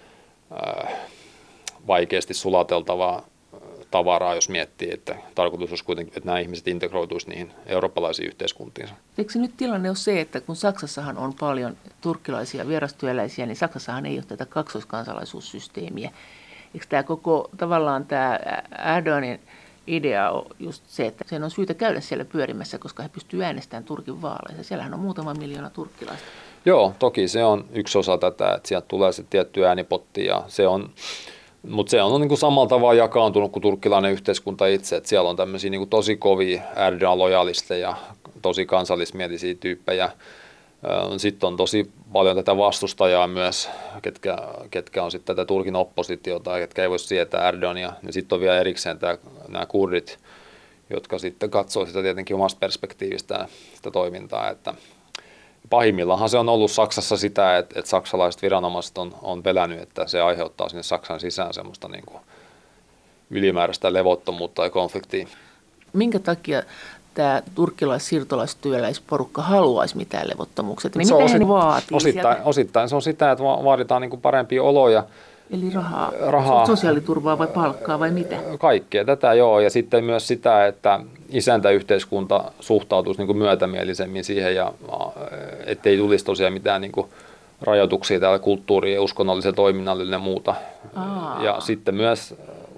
vaikeasti sulateltavaa tavaraa, jos miettii, että tarkoitus olisi kuitenkin, että nämä ihmiset integroituisivat niihin eurooppalaisiin yhteiskuntiinsa. Eikö se nyt tilanne ole se, että kun Saksassahan on paljon turkkilaisia vierastyöläisiä, niin Saksassahan ei ole tätä kaksoiskansalaisuussysteemiä. Eikö tämä koko tavallaan tämä Erdoganin idea on just se, että sen on syytä käydä siellä pyörimässä, koska he pystyvät äänestämään Turkin vaaleissa. Siellähän on muutama miljoona turkkilaista. Joo, toki se on yksi osa tätä, että sieltä tulee se tietty äänipotti ja se on, mutta se on niin kuin samalla tavalla jakaantunut kuin turkkilainen yhteiskunta itse, että siellä on tämmöisiä niin kuin tosi kovia Erdogan-lojalisteja, tosi kansallismielisiä tyyppejä. Sitten on tosi paljon tätä vastustajaa myös, ketkä on sitten tätä Turkin oppositiota, ketkä ei voi sietää Erdogania. Ja sitten on vielä erikseen nämä kurdit, jotka sitten katsoo sitä tietenkin omasta perspektiivistä sitä toimintaa. Että pahimmillaanhan se on ollut Saksassa sitä, että saksalaiset viranomaiset on pelännyt, että se aiheuttaa sinne Saksan sisään semmoista niin kuin ylimääräistä levottomuutta ja konfliktia. Minkä takia tämä turkkilais-siirtolaistyöläisporukka haluaisi mitään levottomuuksia? Mitä he vaatii? Osittain se on sitä, että vaaditaan niin kuin parempia oloja. Eli rahaa, sosiaaliturvaa vai palkkaa vai mitä? Kaikkea tätä joo, ja sitten myös sitä, että isäntäyhteiskunta suhtautuisi niin kuin myötämielisemmin siihen, ja ettei tulisi tosiaan mitään niin kuin rajoituksia täällä kulttuuriin ja uskonnolliselle toiminnalle ja muuta. Ja sitten myös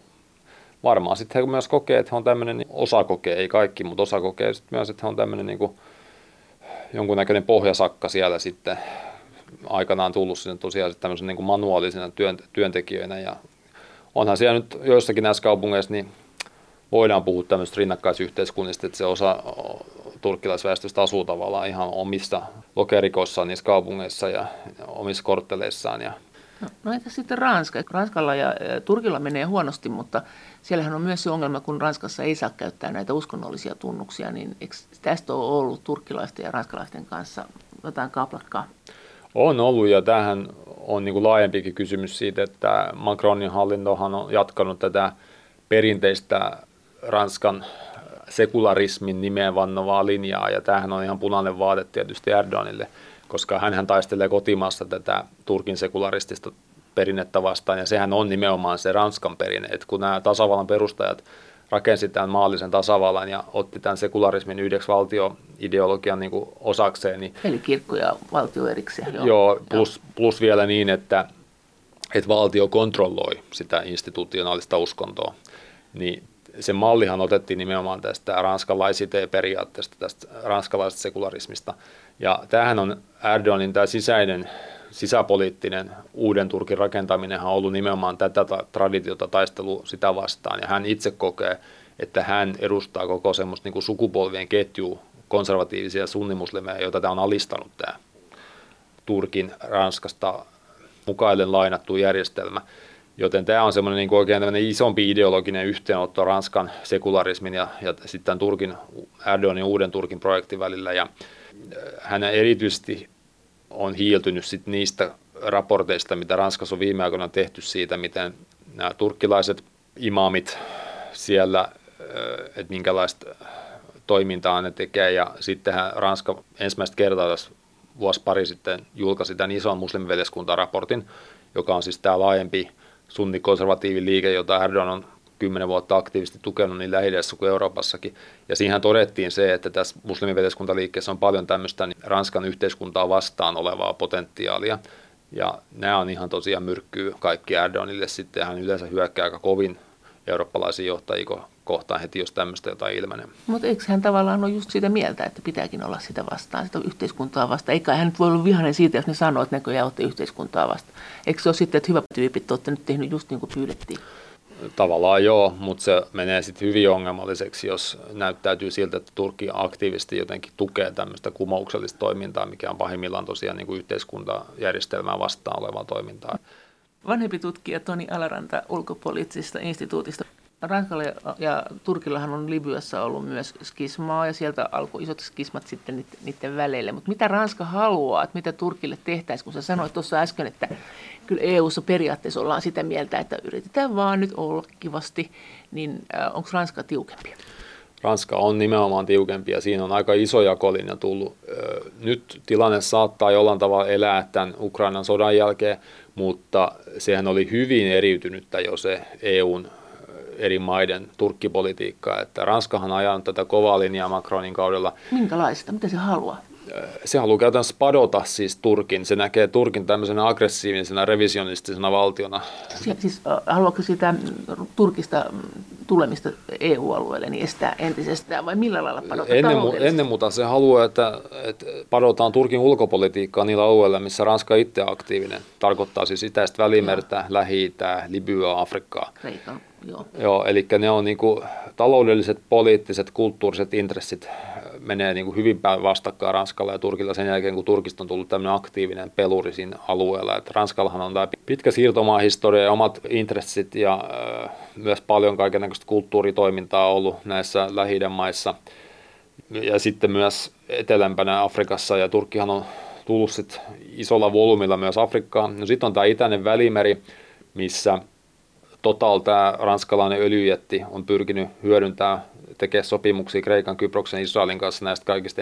varmaan sitten he myös kokee, että he on tämmöinen, osa kokee, ei kaikki, mutta osa kokee sitten myös, että he on tämmöinen niin kuin jonkunnäköinen pohjasakka siellä sitten aikanaan tullut sinne tosiaan tämmöisen niin kuin manuaalisena työntekijöinä ja onhan siellä nyt joissakin näissä kaupungeissa, niin voidaan puhua tämmöistä rinnakkaisyhteiskunnista, että se osa turkkilaisväestöstä asuu tavallaan ihan omissa lokerikoissaan niissä kaupungeissa ja omissa kortteleissaan. No entä sitten Ranska? Ranskalla ja Turkilla menee huonosti, mutta siellähän on myös se ongelma, kun Ranskassa ei saa käyttää näitä uskonnollisia tunnuksia, niin eikö tästä ole ollut turkkilaisten ja ranskalaisten kanssa jotain kaplakkaa? On ollut ja tämähän on niin kuin laajempikin kysymys siitä, että Macronin hallintohan on jatkanut tätä perinteistä Ranskan sekularismin nimeen vannovaa linjaa, ja tämähän on ihan punainen vaate tietysti Erdoganille, koska hänhän taistelee kotimaassa tätä Turkin sekularistista perinnettä vastaan, ja sehän on nimenomaan se Ranskan perinne, että kun nämä tasavallan perustajat rakensi tämän maallisen tasavallan ja otti tämän sekularismin yhdeksi valtioideologian niin kuin osakseen. Niin, eli kirkko ja valtio erikseen. Joo, plus vielä niin, että valtio kontrolloi sitä institutionaalista uskontoa. Niin se mallihan otettiin nimenomaan tästä Ranskan laicité-periaatteesta, tästä ranskalaisesta sekularismista. Ja tämähän on Erdoganin tämä sisäpoliittinen uuden Turkin rakentaminenhan on ollut nimenomaan tätä traditiota taistelua sitä vastaan. Ja hän itse kokee, että hän edustaa koko semmoista niin kuin sukupolvien ketjua konservatiivisia sunnimuslimeja, joita tämä on alistanut tämä Turkin Ranskasta mukaillen lainattu järjestelmä. Joten tämä on semmoinen niin kuin oikein tämmöinen isompi ideologinen yhteenotto Ranskan sekularismin ja sitten Turkin, Erdoganin uuden Turkin projektin välillä. Ja hän erityisesti on hiiltynyt sit niistä raporteista, mitä Ranskassa on viime aikoina tehty siitä, miten nämä turkkilaiset imaamit siellä, että minkälaista toimintaa ne tekee. Ja sittenhän Ranska ensimmäistä kertaa tässä vuosi pari sitten julkaisi tämän ison muslimiveljeskuntaraportin, joka on siis tämä laajempi sunnikonservatiivin liike, jota Erdogan on 10 vuotta aktiivisesti tukenut niin Lähi-idässä kuin Euroopassakin. Ja siihen todettiin se, että tässä muslimiveljeskuntaliikkeessä on paljon tämmöistä Ranskan yhteiskuntaa vastaan olevaa potentiaalia. Ja nämä on ihan tosiaan myrkkyy kaikki Erdoganille. Sitten hän yleensä hyökkää aika kovin eurooppalaisia johtajia kohtaan heti, jos tämmöistä jotain ilmenee. Mutta eikö hän tavallaan ole just sitä mieltä, että pitääkin olla sitä vastaan, sitä yhteiskuntaa vastaan? Eikä hän nyt voi olla vihainen siitä, jos ne sanoo, että näköjään olette yhteiskuntaa vastaan. Eikö se ole sitten, että hyvä tyypit, olette nyt tehnyt just niin kuin pyydettiin? Tavallaan joo, mutta se menee sitten hyvin ongelmalliseksi, jos näyttäytyy siltä, että Turkki aktiivisesti jotenkin tukee tämmöistä kumouksellista toimintaa, mikä on pahimmillaan tosiaan niin kuin yhteiskuntajärjestelmää vastaan olevaa toimintaa. Vanhempi tutkija Toni Alaranta ulkopoliittisesta instituutista. Ranskalla ja Turkillahan on Libyassa ollut myös skismaa ja sieltä alkoi isot skismat sitten niiden väleille. Mutta mitä Ranska haluaa, että mitä Turkille tehtäisiin, kun sä sanoit tuossa äsken, että kyllä EU:ssa periaatteessa ollaan sitä mieltä, että yritetään vaan nyt olla kivasti, niin onko Ranska tiukempi? Ranska on nimenomaan tiukempi ja siinä on aika iso jakolinja tullut. Nyt tilanne saattaa jollain tavalla elää tämän Ukrainan sodan jälkeen, mutta sehän oli hyvin eriytynyttä jo se EUn eri maiden turkkipolitiikkaa, että Ranskahan on ajanut tätä kovaa linjaa Macronin kaudella. Minkälaista? Mitä se haluaa? Se haluaa käytännössä padota siis Turkin. Se näkee Turkin tämmöisenä aggressiivisena, revisionistisena valtiona. Siis haluaako sitä Turkista tulemista EU-alueelle niin estää entisestään vai millä lailla padota ennen muuta se haluaa, että padotaan Turkin ulkopolitiikkaa niillä alueilla, missä Ranska itse aktiivinen. Tarkoittaa siis itäistä Välimertä, Lähi-Itää, Libyaa, Afrikkaa. Kreikan. Joo, eli ne on niinku taloudelliset, poliittiset, kulttuuriset intressit menee niinku hyvin päin vastakkain Ranskalla ja Turkilla sen jälkeen, kun Turkista on tullut tämmöinen aktiivinen peluri siinä alueella. Et Ranskallahan on tämä pitkä siirtomaahistoria ja omat intressit ja myös paljon kaikennäköistä kulttuuritoimintaa ollut näissä Lähi-idän maissa. Ja sitten myös etelämpänä Afrikassa ja Turkkihan on tullut sit isolla volyymilla myös Afrikkaan. No sitten on tämä itäinen Välimeri, missä tämä ranskalainen öljyjätti on pyrkinyt hyödyntämään, tekemään sopimuksia Kreikan, Kyproksen, Israelin kanssa näistä kaikista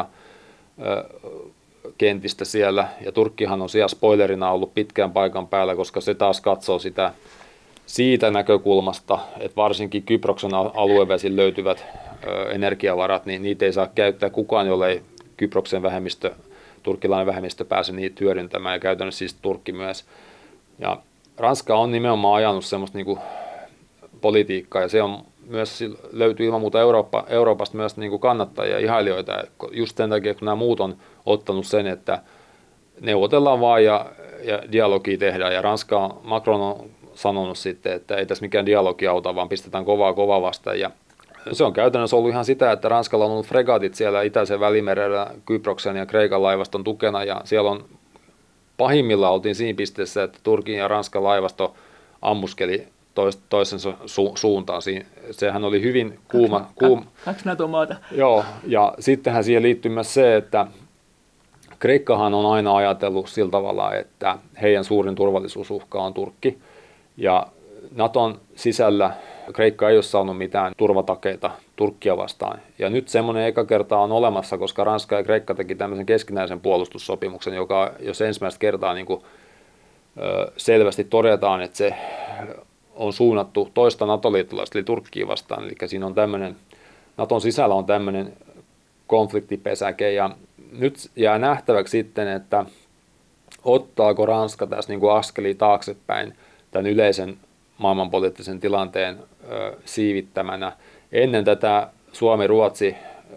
energiakentistä siellä. Ja Turkkihan on siellä spoilerina ollut pitkään paikan päällä, koska se taas katsoo sitä siitä näkökulmasta, että varsinkin Kyproksen aluevesin löytyvät energiavarat, niin niitä ei saa käyttää kukaan, jollei Kyproksen turkkilainen vähemmistö pääse niitä hyödyntämään ja käytännössä siis Turkki myös. Ja Ranska on nimenomaan ajanut semmoista niinku politiikkaa ja se on myös, löytyy ilman muuta Euroopasta myös niinku kannattajia ja ihailijoita. Just sen takia, kun nämä muut on ottanut sen, että neuvotellaan vaan ja dialogia tehdään. Ja Macron on sanonut sitten, että ei tässä mikään dialogi auta, vaan pistetään kovaa vastaan. Ja se on käytännössä ollut ihan sitä, että Ranskalla on ollut fregatit siellä Itäisen Välimerellä Kyproksen ja Kreikan laivaston tukena ja siellä on pahimmillaan oltiin siinä pisteessä, että Turkin ja Ranskan laivasto ammuskeli toisensa suuntaan. Sehän oli hyvin kuuma. Kaksi NATO-maata. Joo, ja sittenhän siihen liittyy myös se, että Kreikkahan on aina ajatellut sillä tavalla, että heidän suurin turvallisuusuhka on Turkki. Ja Naton sisällä Kreikka ei ole saanut mitään turvatakeita Turkkia vastaan. Ja nyt semmoinen eka kerta on olemassa, koska Ranska ja Kreikka teki tämmöisen keskinäisen puolustussopimuksen, joka jos ensimmäistä kertaa niin kuin, selvästi todetaan, että se on suunnattu toista NATO-liittolaista eli Turkkiin vastaan. Eli siinä on tämmöinen, Naton sisällä on tämmöinen konfliktipesäke ja nyt jää nähtäväksi sitten, että ottaako Ranska tässä niin kuin askelia taaksepäin tämän yleisen maailmanpoliittisen tilanteen siivittämänä. Ennen tätä Suomi-Ruotsi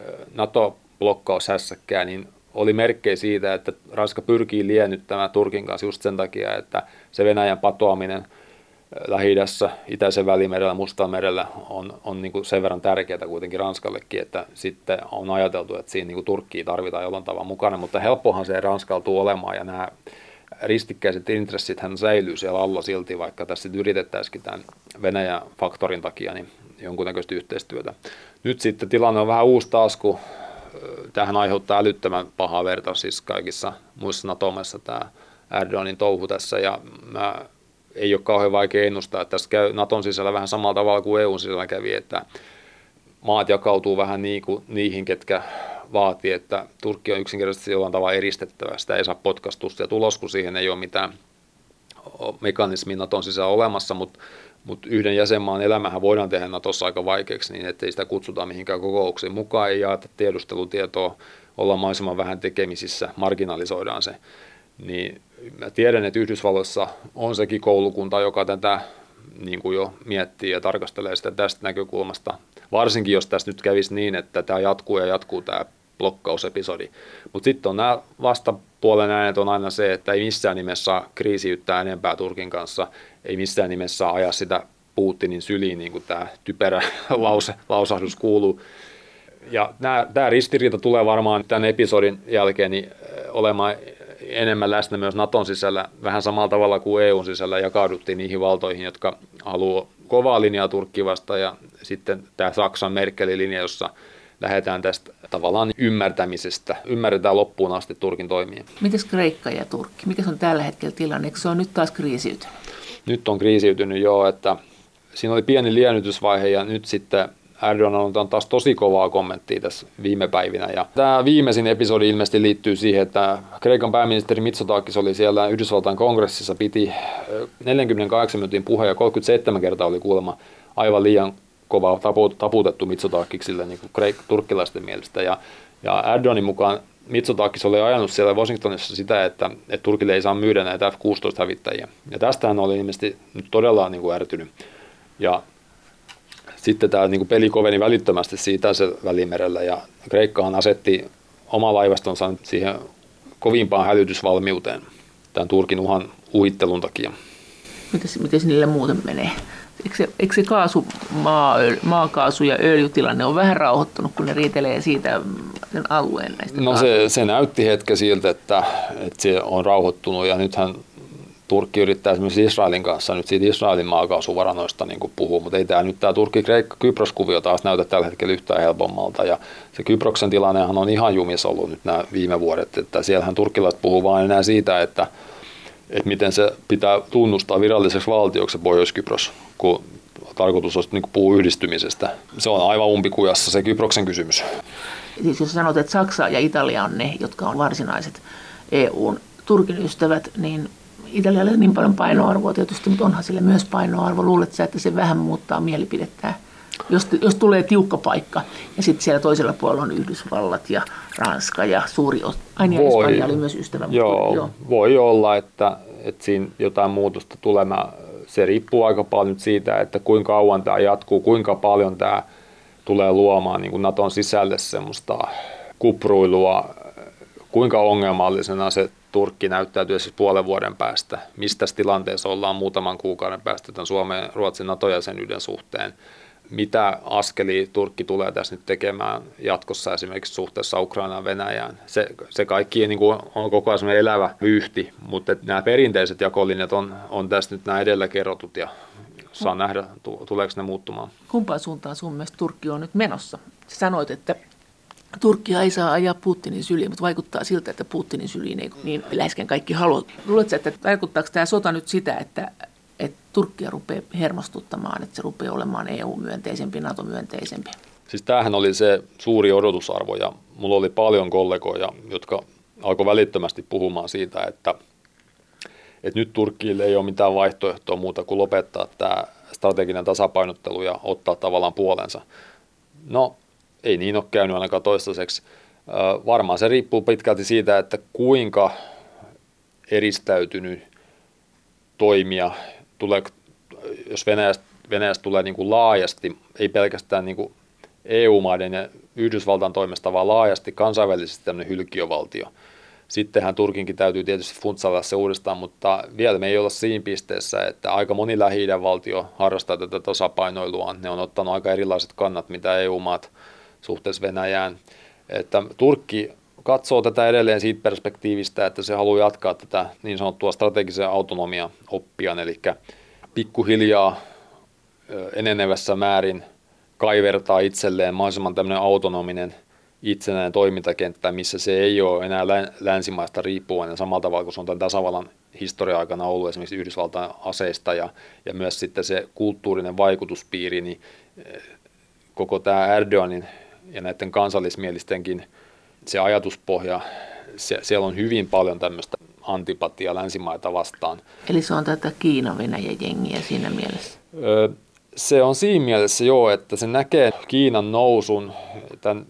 NATO-blokkaushässäkkää niin oli merkkejä siitä, että Ranska pyrkii liennyttämään Turkin kanssa just sen takia, että se Venäjän patoaminen Lähi-idässä, Itäisen välimerellä, Mustanmerellä on niin kuin sen verran tärkeää kuitenkin Ranskallekin, että sitten on ajateltu, että siinä niin kuin Turkkia tarvitaan jollain tavalla mukana, mutta helppohan se Ranskalla tulee olemaan ja nämä ristikkäiset intressithän säilyy siellä alla silti, vaikka tässä yritettäisikin tämän Venäjän faktorin takia niin jonkunnäköistä yhteistyötä. Nyt sitten tilanne on vähän uusi taas, kun tähän aiheuttaa älyttömän pahaa verta siis kaikissa muissa NATO-maissa tämä Erdoganin touhu tässä ja ei ole kauhean vaikea ennustaa, että tässä käy Naton sisällä vähän samalla tavalla kuin EUn sisällä kävi, että maat jakautuu vähän niihin, ketkä vaatii, että Turkki on yksinkertaisesti jollain tavalla eristettävä. Sitä ei saa potkastusta ja tulos, kun siihen ei ole mitään mekanismia Naton sisällä olemassa, mutta yhden jäsenmaan elämähän voidaan tehdä Natossa aika vaikeaksi niin, ettei sitä kutsuta mihinkään kokouksiin mukaan, ei jaeta tiedustelutietoa, olla mahdollisimman vähän tekemisissä, marginalisoidaan se. Niin mä tiedän, että Yhdysvalloissa on sekin koulukunta, joka tätä niin kuin jo miettii ja tarkastelee sitä tästä näkökulmasta. Varsinkin, jos tässä nyt kävisi niin, että tämä jatkuu tämä blokkausepisodi. Mutta sitten on nämä vastapuolen äänet on aina se, että ei missään nimessä saa kriisiyttää enempää Turkin kanssa, ei missään nimessä saa ajaa sitä Putinin syliin, niin kuin tämä typerä lausahdus kuuluu. Ja tämä ristiriita tulee varmaan tämän episodin jälkeen niin olemaan enemmän läsnä myös Naton sisällä, vähän samalla tavalla kuin EUn sisällä jakauduttiin niihin valtoihin, jotka haluaa kovaa linjaa Turkkiin vastaan ja sitten tämä Saksan Merkelin linja, jossa lähdetään tästä tavallaan ymmärtämisestä, ymmärretään loppuun asti Turkin toimia. Mites Kreikka ja Turkki? Mikä on tällä hetkellä tilanne? Eikö se on nyt taas kriisiytynyt? Nyt on kriisiytynyt jo, että siinä oli pieni liennytysvaihe ja nyt sitten Erdogan on taas tosi kovaa kommenttia tässä viime päivinä. Ja tämä viimeisin episodi ilmeisesti liittyy siihen, että Kreikan pääministeri Mitsotakis oli siellä Yhdysvaltain kongressissa, piti 48 minuutin puhe ja 37 kertaa oli kuulemma aivan liian kovaa taputettu Mitsotakiksille niin kuin turkkilaisten mielestä. Ja Erdoganin mukaan Mitsotakis oli ajanut siellä Washingtonissa sitä, että Turkille ei saa myydä näitä F-16-hävittäjiä. Ja tästähän oli ilmeisesti nyt todella niin kuin ärtynyt. Ja sitten tämä niin kuin peli koveni välittömästi siitä se Välimerellä ja Kreikkahan asetti oma laivastonsa siihen kovimpaan hälytysvalmiuteen tämän Turkin uhittelun takia. Miten niille muuten menee? Eikö se maakaasu- ja öljytilanne on vähän rauhoittunut, kun ne riitelee siitä sen alueen näistä? No se näytti hetken siltä, että se on rauhoittunut ja nythän Turkki yrittää esimerkiksi Israelin kanssa nyt siitä Israelin maakaasuvarannoista niin kuin puhuu, mutta ei tämä nyt tämä Turkki-Kreikka-Kypros-kuvio taas näytä tällä hetkellä yhtään helpommalta. Ja se Kyproksen tilannehan on ihan jumissa ollut nyt nämä viime vuodet, että siellähän turkkilaiset puhuu vain enää siitä, että miten se pitää tunnustaa viralliseksi valtioksi se Pohjois-Kypros, kun tarkoitus olisi niin kuin puhua yhdistymisestä. Se on aivan umpikujassa se Kyproksen kysymys. Siis jos sanot, että Saksa ja Italia on ne, jotka on varsinaiset EUn Turkin ystävät, niin Italialle on niin paljon painoarvoa tietysti, mutta onhan sille myös painoarvo. Luulet sä, että se vähän muuttaa mielipidettään, jos tulee tiukka paikka ja sitten siellä toisella puolella on Yhdysvallat ja Ranska ja suuri osa. Aina Espanja oli myös ystävä. Joo, voi olla, että siinä jotain muutosta tulee. Se riippuu aika paljon siitä, että kuinka kauan tämä jatkuu, kuinka paljon tämä tulee luomaan niin kuin Naton sisälle semmoista kupruilua, kuinka ongelmallisena se Turkki näyttäytyy siis puolen vuoden päästä, mistä tilanteessa ollaan muutaman kuukauden päästä tämän Suomen Ruotsin NATO-jäsenyyden suhteen. Mitä askelia Turkki tulee tässä nyt tekemään jatkossa esimerkiksi suhteessa Ukrainaan ja Venäjään. Se kaikki niin kuin on koko ajan elävä vyyhti, mutta nämä perinteiset jakolinjat on tässä nyt nämä edellä kerrotut ja saa nähdä, tuleeko ne muuttumaan. Kumpaan suuntaan sun mielestä Turkki on nyt menossa? Sanoit, että Turkkia ei saa ajaa Putinin syliin, mutta vaikuttaa siltä, että Putinin syliin ei niin läheskään kaikki halua. Luuletko, että vaikuttaako tämä sota nyt sitä, että Turkkia rupeaa hermostuttamaan, että se rupeaa olemaan EU-myönteisempi, NATO-myönteisempi? Siis tämähän oli se suuri odotusarvo ja mulla oli paljon kollegoja, jotka alkoi välittömästi puhumaan siitä, että nyt Turkille ei ole mitään vaihtoehtoa muuta kuin lopettaa tämä strateginen tasapainottelu ja ottaa tavallaan puolensa. No, ei niin ole käynyt ainakaan toistaiseksi. Varmaan se riippuu pitkälti siitä, että kuinka eristäytynyt toimija tulee, jos Venäjästä tulee niin kuin laajasti, ei pelkästään niin kuin EU-maiden ja Yhdysvaltain toimesta, vaan laajasti kansainvälisesti tämmöinen hylkiövaltio. Sittenhän Turkinkin täytyy tietysti funtsailla se uudestaan, mutta vielä me ei olla siinä pisteessä, että aika moni Lähi-idän valtio harrastaa tätä tasapainoilua. Ne on ottanut aika erilaiset kannat, mitä EU-maat suhteessa Venäjään. Että Turkki katsoo tätä edelleen siitä perspektiivistä, että se haluaa jatkaa tätä niin sanottua strategisen autonomian oppiaan, eli pikkuhiljaa enenevässä määrin kaivertaa itselleen mahdollisimman tämmöinen autonominen itsenäinen toimintakenttä, missä se ei ole enää länsimaista riippuvainen samalla tavalla kuin se on tämän tasavallan historia-aikana ollut esimerkiksi Yhdysvaltain aseista ja myös sitten se kulttuurinen vaikutuspiiri, niin koko tämä Erdoganin ja näiden kansallismielistenkin se ajatuspohja, siellä on hyvin paljon tämmöistä antipatiaa länsimaita vastaan. Eli se on tätä Kiina-Venäjä-jengiä siinä mielessä? Se on siinä mielessä joo, että se näkee Kiinan nousun, tämän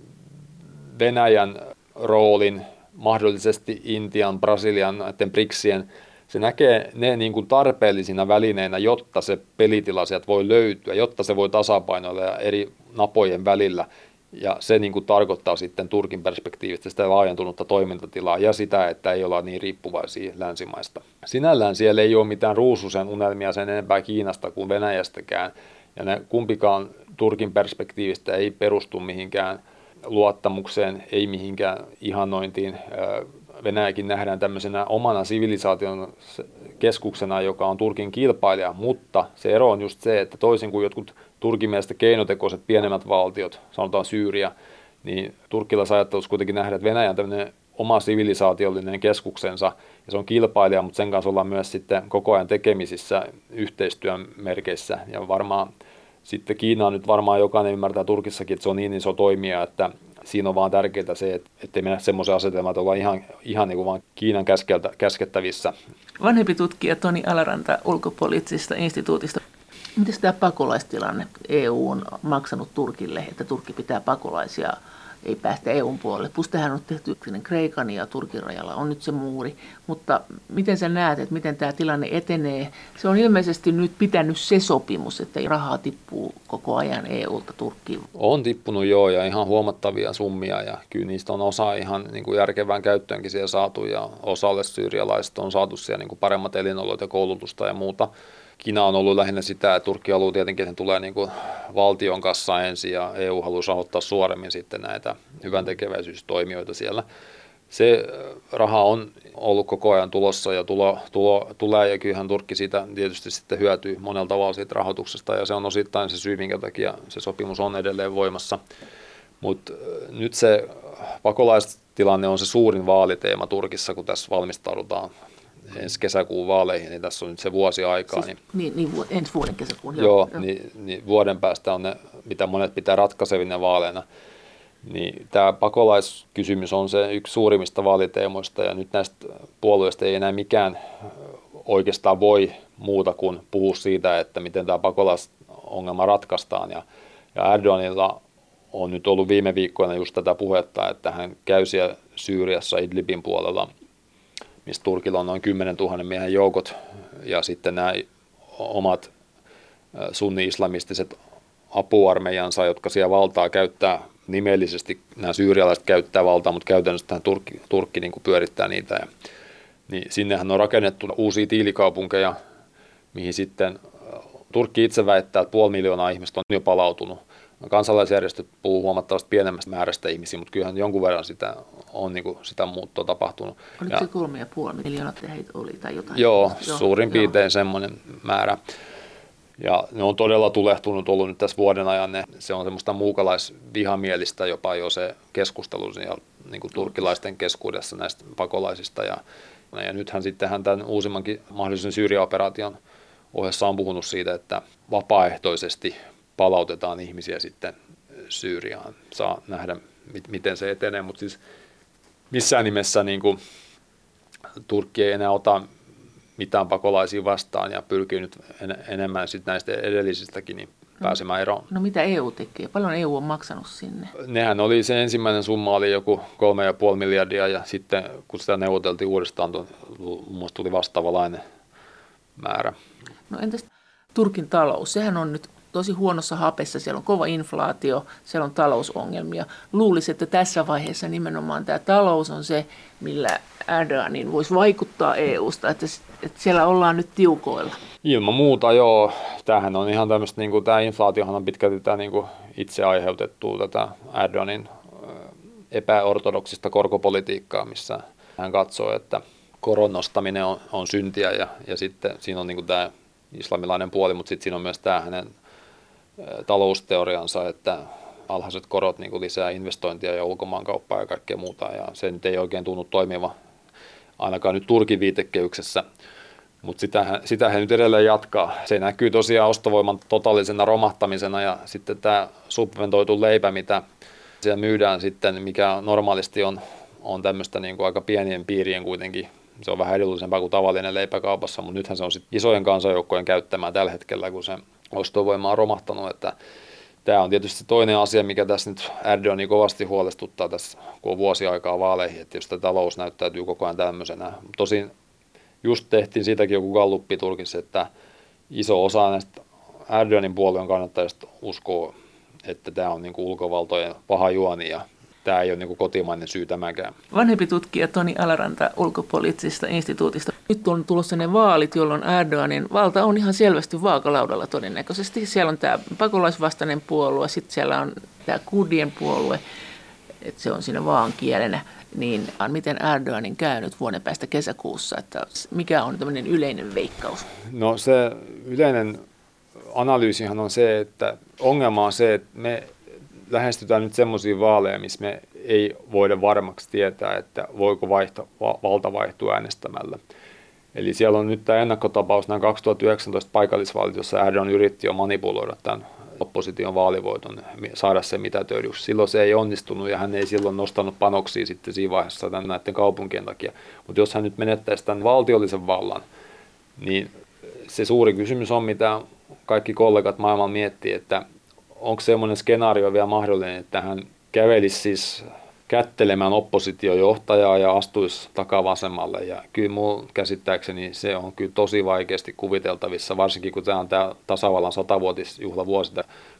Venäjän roolin, mahdollisesti Intian, Brasilian, näiden BRICSien, se näkee ne niin kuin tarpeellisina välineinä, jotta se pelitila sieltä voi löytyä, jotta se voi tasapainoilla eri napojen välillä. Ja se niin kuin tarkoittaa sitten Turkin perspektiivistä sitä laajentunutta toimintatilaa ja sitä, että ei olla niin riippuvaisia länsimaista. Sinällään siellä ei ole mitään ruususen unelmia sen enempää Kiinasta kuin Venäjästäkään. Ja ne kumpikaan Turkin perspektiivistä ei perustu mihinkään luottamukseen, ei mihinkään ihannointiin. Venäjäkin nähdään tämmöisenä omana sivilisaation keskuksena, joka on Turkin kilpailija, mutta se ero on just se, että toisin kuin jotkut Turkin mielestä keinotekoiset pienemmät valtiot, sanotaan Syyria, niin turkkilaisajattelussa kuitenkin nähdään, että Venäjä on tämmöinen oma sivilisaatiollinen keskuksensa, ja se on kilpailija, mutta sen kanssa ollaan myös sitten koko ajan tekemisissä yhteistyön merkeissä, ja varmaan sitten Kiina nyt varmaan jokainen ymmärtää Turkissakin, että se on niin iso toimija, että siinä on vaan tärkeää se, ettei mennä semmoisen asetelmaan, että ollaan ihan niin kuin vaan Kiinan käskettävissä. Vanhempi tutkija Toni Alaranta ulkopoliittisesta instituutista. Miten tämä pakolaistilanne? EU on maksanut Turkille, että Turkki pitää pakolaisia, ei päästä EUn puolelle. Plus tähän on tehty Kreikan ja Turkin rajalla on nyt se muuri. Mutta miten sä näet, että miten tämä tilanne etenee? Se on ilmeisesti nyt pitänyt se sopimus, että rahaa tippuu koko ajan EUlta Turkkiin. On tippunut joo, ja ihan huomattavia summia, ja kyllä niistä on osa ihan niin kuin järkevään käyttöönkin siellä saatu, ja osalle syyrialaiset on saatu siellä niin kuin paremmat elinolot ja koulutusta ja muuta. Kiina on ollut lähinnä sitä, että Turkki haluaa tietenkin, että tulee niin kuin valtion kanssa ensin ja EU haluaa rahoittaa suoremmin sitten näitä hyvän tekeväisyystoimijoita siellä. Se raha on ollut koko ajan tulossa ja tulee, ja kyllähän Turkki siitä tietysti sitten hyötyy monella tavalla siitä rahoituksesta, ja se on osittain se syy, minkä takia se sopimus on edelleen voimassa. Mutta nyt se pakolaistilanne on se suurin vaaliteema Turkissa, kun tässä valmistaudutaan ensi kesäkuun vaaleihin, niin tässä on nyt se vuosi aikaa. Siis, niin ensi vuoden kesäkuun. Joo. Niin vuoden päästä on ne, mitä monet pitää ratkaisevina vaaleina. Niin tämä pakolaiskysymys on se yksi suurimmista vaaliteemoista, ja nyt näistä puolueista ei enää mikään oikeastaan voi muuta kuin puhua siitä, että miten tämä pakolaisongelma ratkaistaan. Ja Erdoganilla on nyt ollut viime viikkoina just tätä puhetta, että hän käy siellä Syyriassa Idlibin puolella, missä Turkilla on noin 10 000 miehen joukot, ja sitten nämä omat sunni-islamistiset apuarmeijansa, jotka siellä valtaa käyttää nimellisesti, nämä syyrialaiset käyttää valtaa, mutta käytännössä tähän Turkki niin kuin pyörittää niitä. Ja, niin sinnehän on rakennettu uusia tiilikaupunkeja, mihin sitten Turkki itse väittää, että 500 000 ihmistä on jo palautunut. Kansalaisjärjestöt puhuu huomattavasti pienemmästä määrästä ihmisiä, mutta kyllähän jonkun verran sitä on niin kuin sitä muuttoa tapahtunut. Oliko se 3,5 miljoonaa heitä oli tai jotain? Joo, suurin piirtein semmoinen määrä. Ja ne on todella tulehtunut ollut nyt tässä vuoden ajan. Se on semmoista muukalaisvihamielistä jopa jo se keskustelu niin kuin turkkilaisten keskuudessa näistä pakolaisista. Ja nythän sitten hän tämän uusimmankin mahdollisen Syyria-operaation ohessa on puhunut siitä, että vapaaehtoisesti palautetaan ihmisiä sitten Syyriaan. Saa nähdä, miten se etenee, mutta siis missään nimessä niin kuin Turkki ei enää ota mitään pakolaisia vastaan ja pyrkii nyt enemmän sitten näistä edellisistäkin niin pääsemään eroon. No mitä EU tekee? Paljon EU on maksanut sinne? Nehän oli se ensimmäinen summa oli joku 3,5 miljardia ja sitten kun sitä neuvoteltiin uudestaan, muun muassa tuli vastaavalainen määrä. No entäs Turkin talous? Sehän on nyt tosi huonossa hapessa. Siellä on kova inflaatio, siellä on talousongelmia. Luulisi, että tässä vaiheessa nimenomaan tämä talous on se, millä Erdoganin voisi vaikuttaa EUsta, että siellä ollaan nyt tiukoilla. Ilman muuta joo. Tämähän on ihan tämmöistä, niin kuin, tämä inflaatiohan on pitkälti tämä, niin kuin itse aiheutettua tätä Erdoganin epäortodoksista korkopolitiikkaa, missä hän katsoo, että koron nostaminen on syntiä ja sitten siinä on niin kuin tämä islamilainen puoli, mutta sitten siinä on myös tämä hänen talousteoriansa, että alhaiset korot niin kuin lisää investointia ja ulkomaankauppaa ja kaikkea muuta, ja se nyt ei oikein tunnu toimiva ainakaan nyt Turkin viitekehyksessä, mutta sitä he nyt edelleen jatkaa. Se näkyy tosiaan ostovoiman totaalisena romahtamisena, ja sitten tämä subventoitu leipä, mitä siellä myydään sitten, mikä normaalisti on tämmöistä niin kuin aika pienien piirien kuitenkin, se on vähän edullisempaa kuin tavallinen leipä kaupassa, mutta nythän se on sitten isojen kansanjoukkojen käyttämään tällä hetkellä, kun se ostovoima on romahtanut, että tämä on tietysti toinen asia, mikä tässä nyt Erdogania kovasti huolestuttaa tässä, kun on vuosi aikaa vaaleihin, että jos tämä talous näyttäytyy koko ajan tämmöisenä. Tosin just tehtiin siitäkin joku galluppi Turkissa, että iso osa näistä Erdoganin puolueen kannattajista uskoo, että tämä on niin kuin ulkovaltojen paha juoni ja tämä ei ole niin kuin kotimainen syy tämäkään. Vanhempi tutkija Toni Alaranta ulkopoliittisesta instituutista. Nyt on tulossa ne vaalit, jolloin Erdoganin valta on ihan selvästi vaakalaudalla todennäköisesti. Siellä on tämä pakolaisvastainen puolue, sitten siellä on tämä kurdien puolue, että se on siinä vaankielenä. Niin miten Erdoganin käy nyt vuoden päästä kesäkuussa, että mikä on tämmöinen yleinen veikkaus? No se yleinen analyysihan on se, että ongelma on se, että me lähestytään nyt semmoisia vaaleja, missä me ei voida varmaksi tietää, että voiko valta vaihtua äänestämällä. Eli siellä on nyt tämä ennakkotapaus, nämä 2019 paikallisvaalit, jossa Erdogan yritti jo manipuloida tämän opposition vaalivoiton, saada se mitätöidyksi. Silloin se ei onnistunut ja hän ei silloin nostanut panoksia sitten siinä vaiheessa näiden kaupunkien takia. Mutta jos hän nyt menettäisi tämän valtiollisen vallan, niin se suuri kysymys on, mitä kaikki kollegat maailmalla miettii, että onko semmoinen skenaario vielä mahdollinen, että hän kävelisi siis kättelemään oppositiojohtajaa ja astuisi takavasemmalle. Ja kyllä mun käsittääkseni se on kyllä tosi vaikeasti kuviteltavissa, varsinkin kun tämä on tämä tasavallan 100-vuotisjuhlavuosi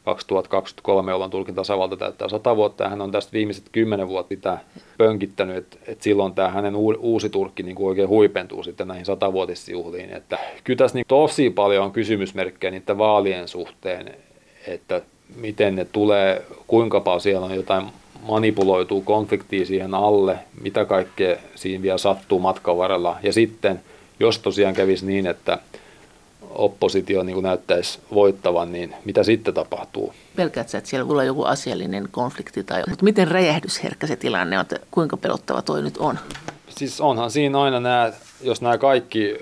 2023, jolloin Turkin tasavalta täyttää 100 vuotta. Ja hän on tästä viimeiset 10 vuotta sitä pönkittänyt, että silloin tämä hänen uusi Turkki niin kuin oikein huipentuu sitten näihin 100-vuotisjuhliin. Että kyllä tässä niin tosi paljon on kysymysmerkkejä niiden vaalien suhteen, että miten ne tulee, kuinka paljon siellä on jotain manipuloituu konfliktia siihen alle, mitä kaikkea siinä vielä sattuu matkan varrella. Ja sitten, jos tosiaan kävisi niin, että oppositio niin kuin näyttäisi voittavan, niin mitä sitten tapahtuu? Pelkäätkö, että siellä voi olla joku asiallinen konflikti? Mutta miten räjähdysherkkä se tilanne on, että kuinka pelottava toi nyt on? Siis onhan siinä aina jos nämä kaikki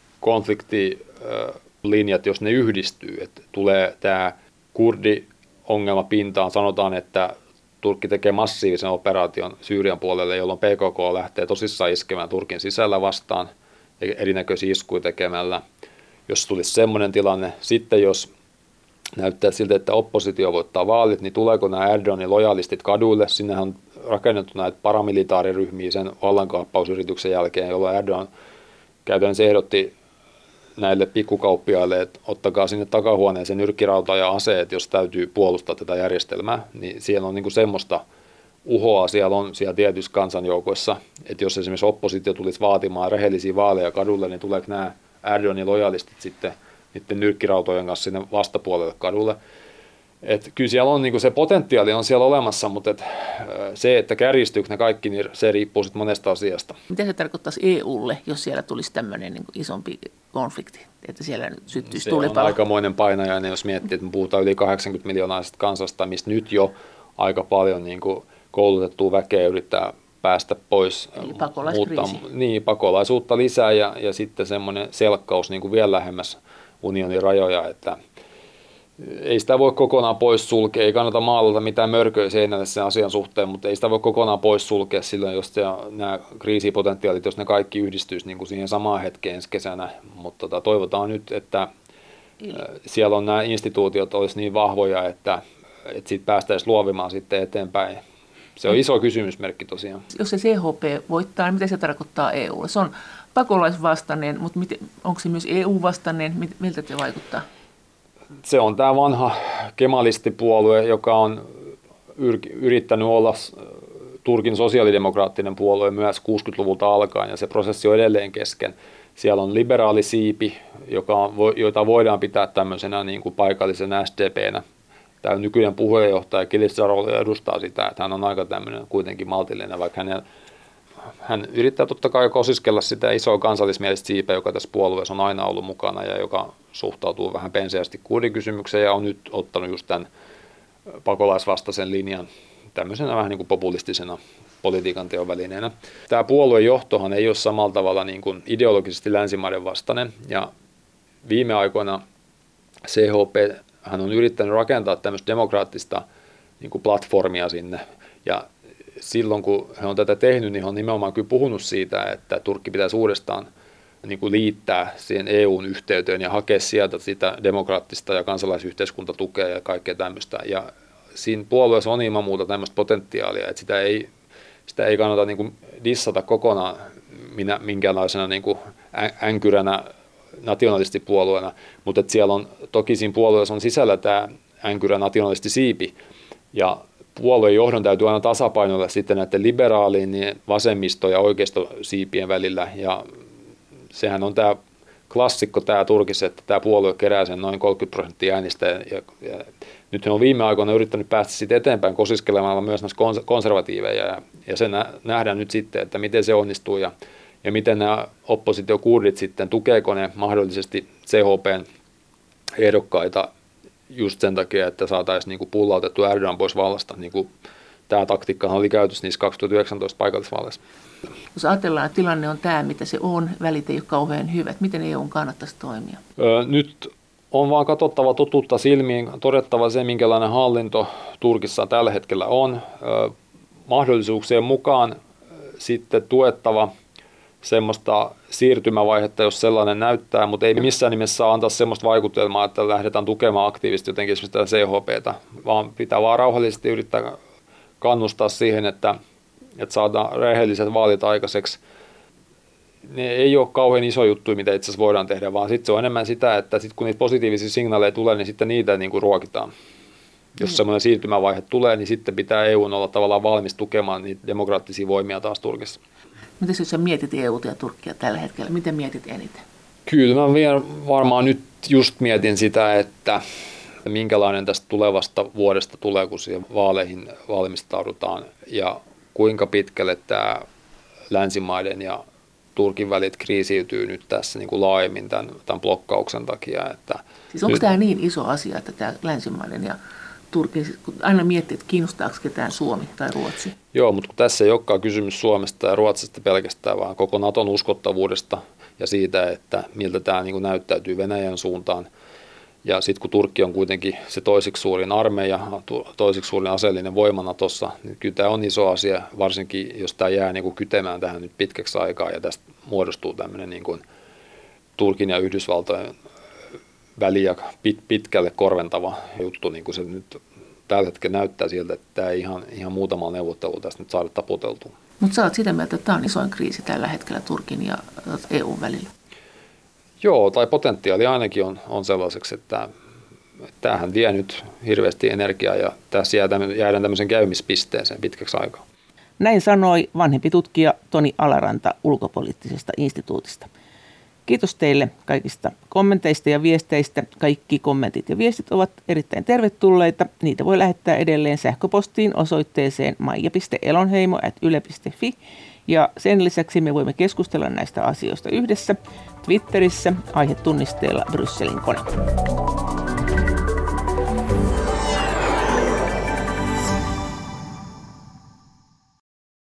konfliktilinjat, jos ne yhdistyy, että tulee tämä kurdi-ongelma pintaan, sanotaan, että Turkki tekee massiivisen operaation Syyrian puolelle, jolloin PKK lähtee tosissaan iskemään Turkin sisällä vastaan, erinäköisiä iskuja tekemällä. Jos tulisi semmoinen tilanne, sitten jos näyttää siltä, että oppositio voittaa vaalit, niin tuleeko nämä Erdoganin lojalistit kaduille? Sinnehän on rakennettu näitä paramilitaariryhmiä sen vallankaappausyrityksen jälkeen, jolloin Erdogan käytännössä ehdotti näille pikkukauppiaille, että ottakaa sinne takahuoneeseen nyrkkirauta ja aseet, jos täytyy puolustaa tätä järjestelmää, niin siellä on niin kuin semmoista uhoa siellä tietyissä kansanjoukoissa, että jos esimerkiksi oppositio tulisi vaatimaan rehellisiä vaaleja kadulle, niin tuleeko nämä Erdoganin lojalistit sitten niiden nyrkkirautojen kanssa sinne vastapuolelle kadulle. Että kyllä siellä on, niin kuin se potentiaali on siellä olemassa, mutta se, että kärjistyykö ne kaikki, niin se riippuu sitten monesta asiasta. Mitä se tarkoittaisi EUlle, jos siellä tulisi tämmöinen niin kuin isompi konflikti, että siellä nyt syttyisi se tulipalo? Se on aikamoinen painajainen, jos miettii, että me puhutaan yli 80 miljoonaisesta kansasta, mistä nyt jo aika paljon niin kuin koulutettua väkeä yrittää päästä pois. Eli pakolaiskriisi. Pakolaisuutta lisää ja sitten semmoinen selkkaus niin kuin vielä lähemmäs unionin rajoja, että ei sitä voi kokonaan pois sulkea, ei kannata maalata mitään mörköä seinälle sen asian suhteen, mutta ei sitä voi kokonaan pois sulkea silloin, jos nämä kriisipotentiaalit, jos ne kaikki yhdistyisi niin kuin siihen samaan hetkeen ensi kesänä, mutta toivotaan nyt, että siellä on nämä instituutiot olisi niin vahvoja, että siitä päästäisiin luovimaan sitten eteenpäin. Se on iso kysymysmerkki tosiaan. Jos se CHP voittaa, niin mitä se tarkoittaa EUlle? Se on pakolaisvastainen, mutta onko se myös EU-vastainen? Miltä se vaikuttaa? Se on tämä vanha kemalistipuolue, joka on yrittänyt olla Turkin sosiaalidemokraattinen puolue myös 60-luvulta alkaen, ja se prosessi on edelleen kesken. Siellä on liberaali siipi, jota voidaan pitää tämmöisenä niin kuin paikallisena SDP:nä. Tämä nykyinen puheenjohtaja Kılıçdaroğlu edustaa sitä, että hän on aika tämmöinen kuitenkin maltillinen, vaikka hän yrittää totta kai kosiskella sitä isoa kansallismielistä siipeä, joka tässä puolueessa on aina ollut mukana ja joka suhtautuu vähän penseästi kurdikysymykseen ja on nyt ottanut just tämän pakolaisvastaisen linjan tämmöisenä vähän niin kuin populistisena politiikan teon välineenä. Tämä puoluejohtohan ei ole samalla tavalla niin kuin ideologisesti länsimaiden vastainen ja viime aikoina CHP hän on yrittänyt rakentaa tämmöistä demokraattista niin kuin platformia sinne ja silloin, kun he on tätä tehnyt, niin he on nimenomaan kyllä puhunut siitä, että Turkki pitäisi uudestaan niin kuin liittää siihen EUn yhteyteen ja hakea sieltä sitä demokraattista ja kansalaisyhteiskuntatukea ja kaikkea tämmöistä. Ja siinä puolueessa on ilman muuta tämmöistä potentiaalia, että sitä ei kannata niin kuin dissata kokonaan minkäänlaisena niin kuin änkyränä nationalistipuolueena, mutta että siellä on, toki siinä puolueessa on sisällä tämä änkyrä nationalistisiipi, ja puolueen johdon täytyy aina tasapainoilla sitten näiden liberaalien, niin vasemmisto- ja oikeistosiipien välillä. Ja sehän on tämä klassikko tämä Turkissa, että tämä puolue kerää sen noin 30% äänistä. Ja nyt he on viime aikoina yrittänyt päästä sitten eteenpäin kosiskelemalla myös näissä konservatiiveja. Ja se nähdään nyt sitten, että miten se onnistuu ja miten nämä oppositiokurdit sitten, tukeeko ne mahdollisesti CHPn ehdokkaita just sen takia, että saataisiin niinku pullautettu Erdogan pois vallasta. Niinku, tämä taktiikkahan oli käytössä niissä 2019 paikallisvaaleissa. Jos ajatellaan, että tilanne on tämä, mitä se on, välit ei ole kauhean hyvät, miten EUn kannattaisi toimia? Nyt on vaan katsottava totuutta silmiin, todettava se, minkälainen hallinto Turkissa tällä hetkellä on. Mahdollisuuksien mukaan sitten tuettava semmoista siirtymävaihetta, jos sellainen näyttää, mutta ei missään nimessä saa antaa semmoista vaikutelmaa, että lähdetään tukemaan aktiivisesti jotenkin esimerkiksi CHP:tä, vaan pitää vaan rauhallisesti yrittää kannustaa siihen, että saadaan rehelliset vaalit aikaiseksi. Ne ei ole kauhean iso juttu, mitä itse asiassa voidaan tehdä, vaan sitten se on enemmän sitä, että sit kun niitä positiivisia signaaleja tulee, niin sitten niitä niin kuin ruokitaan. Jos semmoinen siirtymävaihe tulee, niin sitten pitää EUn olla tavallaan valmis tukemaan niitä demokraattisia voimia taas Turkissa. Miten jos sä mietit EUta ja Turkkia tällä hetkellä, miten mietit eniten? Kyllä mä vielä varmaan nyt just mietin sitä, että minkälainen tästä tulevasta vuodesta tulee, kun siihen vaaleihin valmistaudutaan ja kuinka pitkälle tämä länsimaiden ja Turkin välit kriisiytyy nyt tässä niin kuin laajemmin tämän blokkauksen takia. Siis onko tämä niin iso asia, että tämä länsimaiden ja Turkin, kun aina miettii, että kiinnostaako ketään Suomi tai Ruotsi? Joo, mutta kun tässä ei olekaan kysymys Suomesta ja Ruotsista pelkästään, vaan koko Naton uskottavuudesta ja siitä, että miltä tämä niin kuin näyttäytyy Venäjän suuntaan. Ja sitten kun Turkki on kuitenkin se toiseksi suurin armeija, toiseksi suurin aseellinen voima Natossa, niin kyllä tämä on iso asia, varsinkin jos tämä jää niin kuin kytemään tähän nyt pitkäksi aikaa ja tästä muodostuu tämmöinen niin kuin Turkin ja Yhdysvaltojen väliä pitkälle korventava juttu, niin kuin se nyt tällä hetkellä näyttää siltä, että tämä ei ihan muutamalla neuvottelua tästä nyt saada taputeltua. Mutta sä oot sitä mieltä, että tämä on isoin kriisi tällä hetkellä Turkin ja EUn välillä? Joo, tai potentiaali ainakin on sellaiseksi, että tämähän vie nyt hirveästi energiaa ja tässä jäädään tämmöisen käymispisteeseen pitkäksi aikaa. Näin sanoi vanhempi tutkija Toni Alaranta Ulkopoliittisesta instituutista. Kiitos teille kaikista kommenteista ja viesteistä. Kaikki kommentit ja viestit ovat erittäin tervetulleita. Niitä voi lähettää edelleen sähköpostiin osoitteeseen maija.elonheimo@yle.fi Ja sen lisäksi me voimme keskustella näistä asioista yhdessä Twitterissä aihetunnisteella Brysselin kone.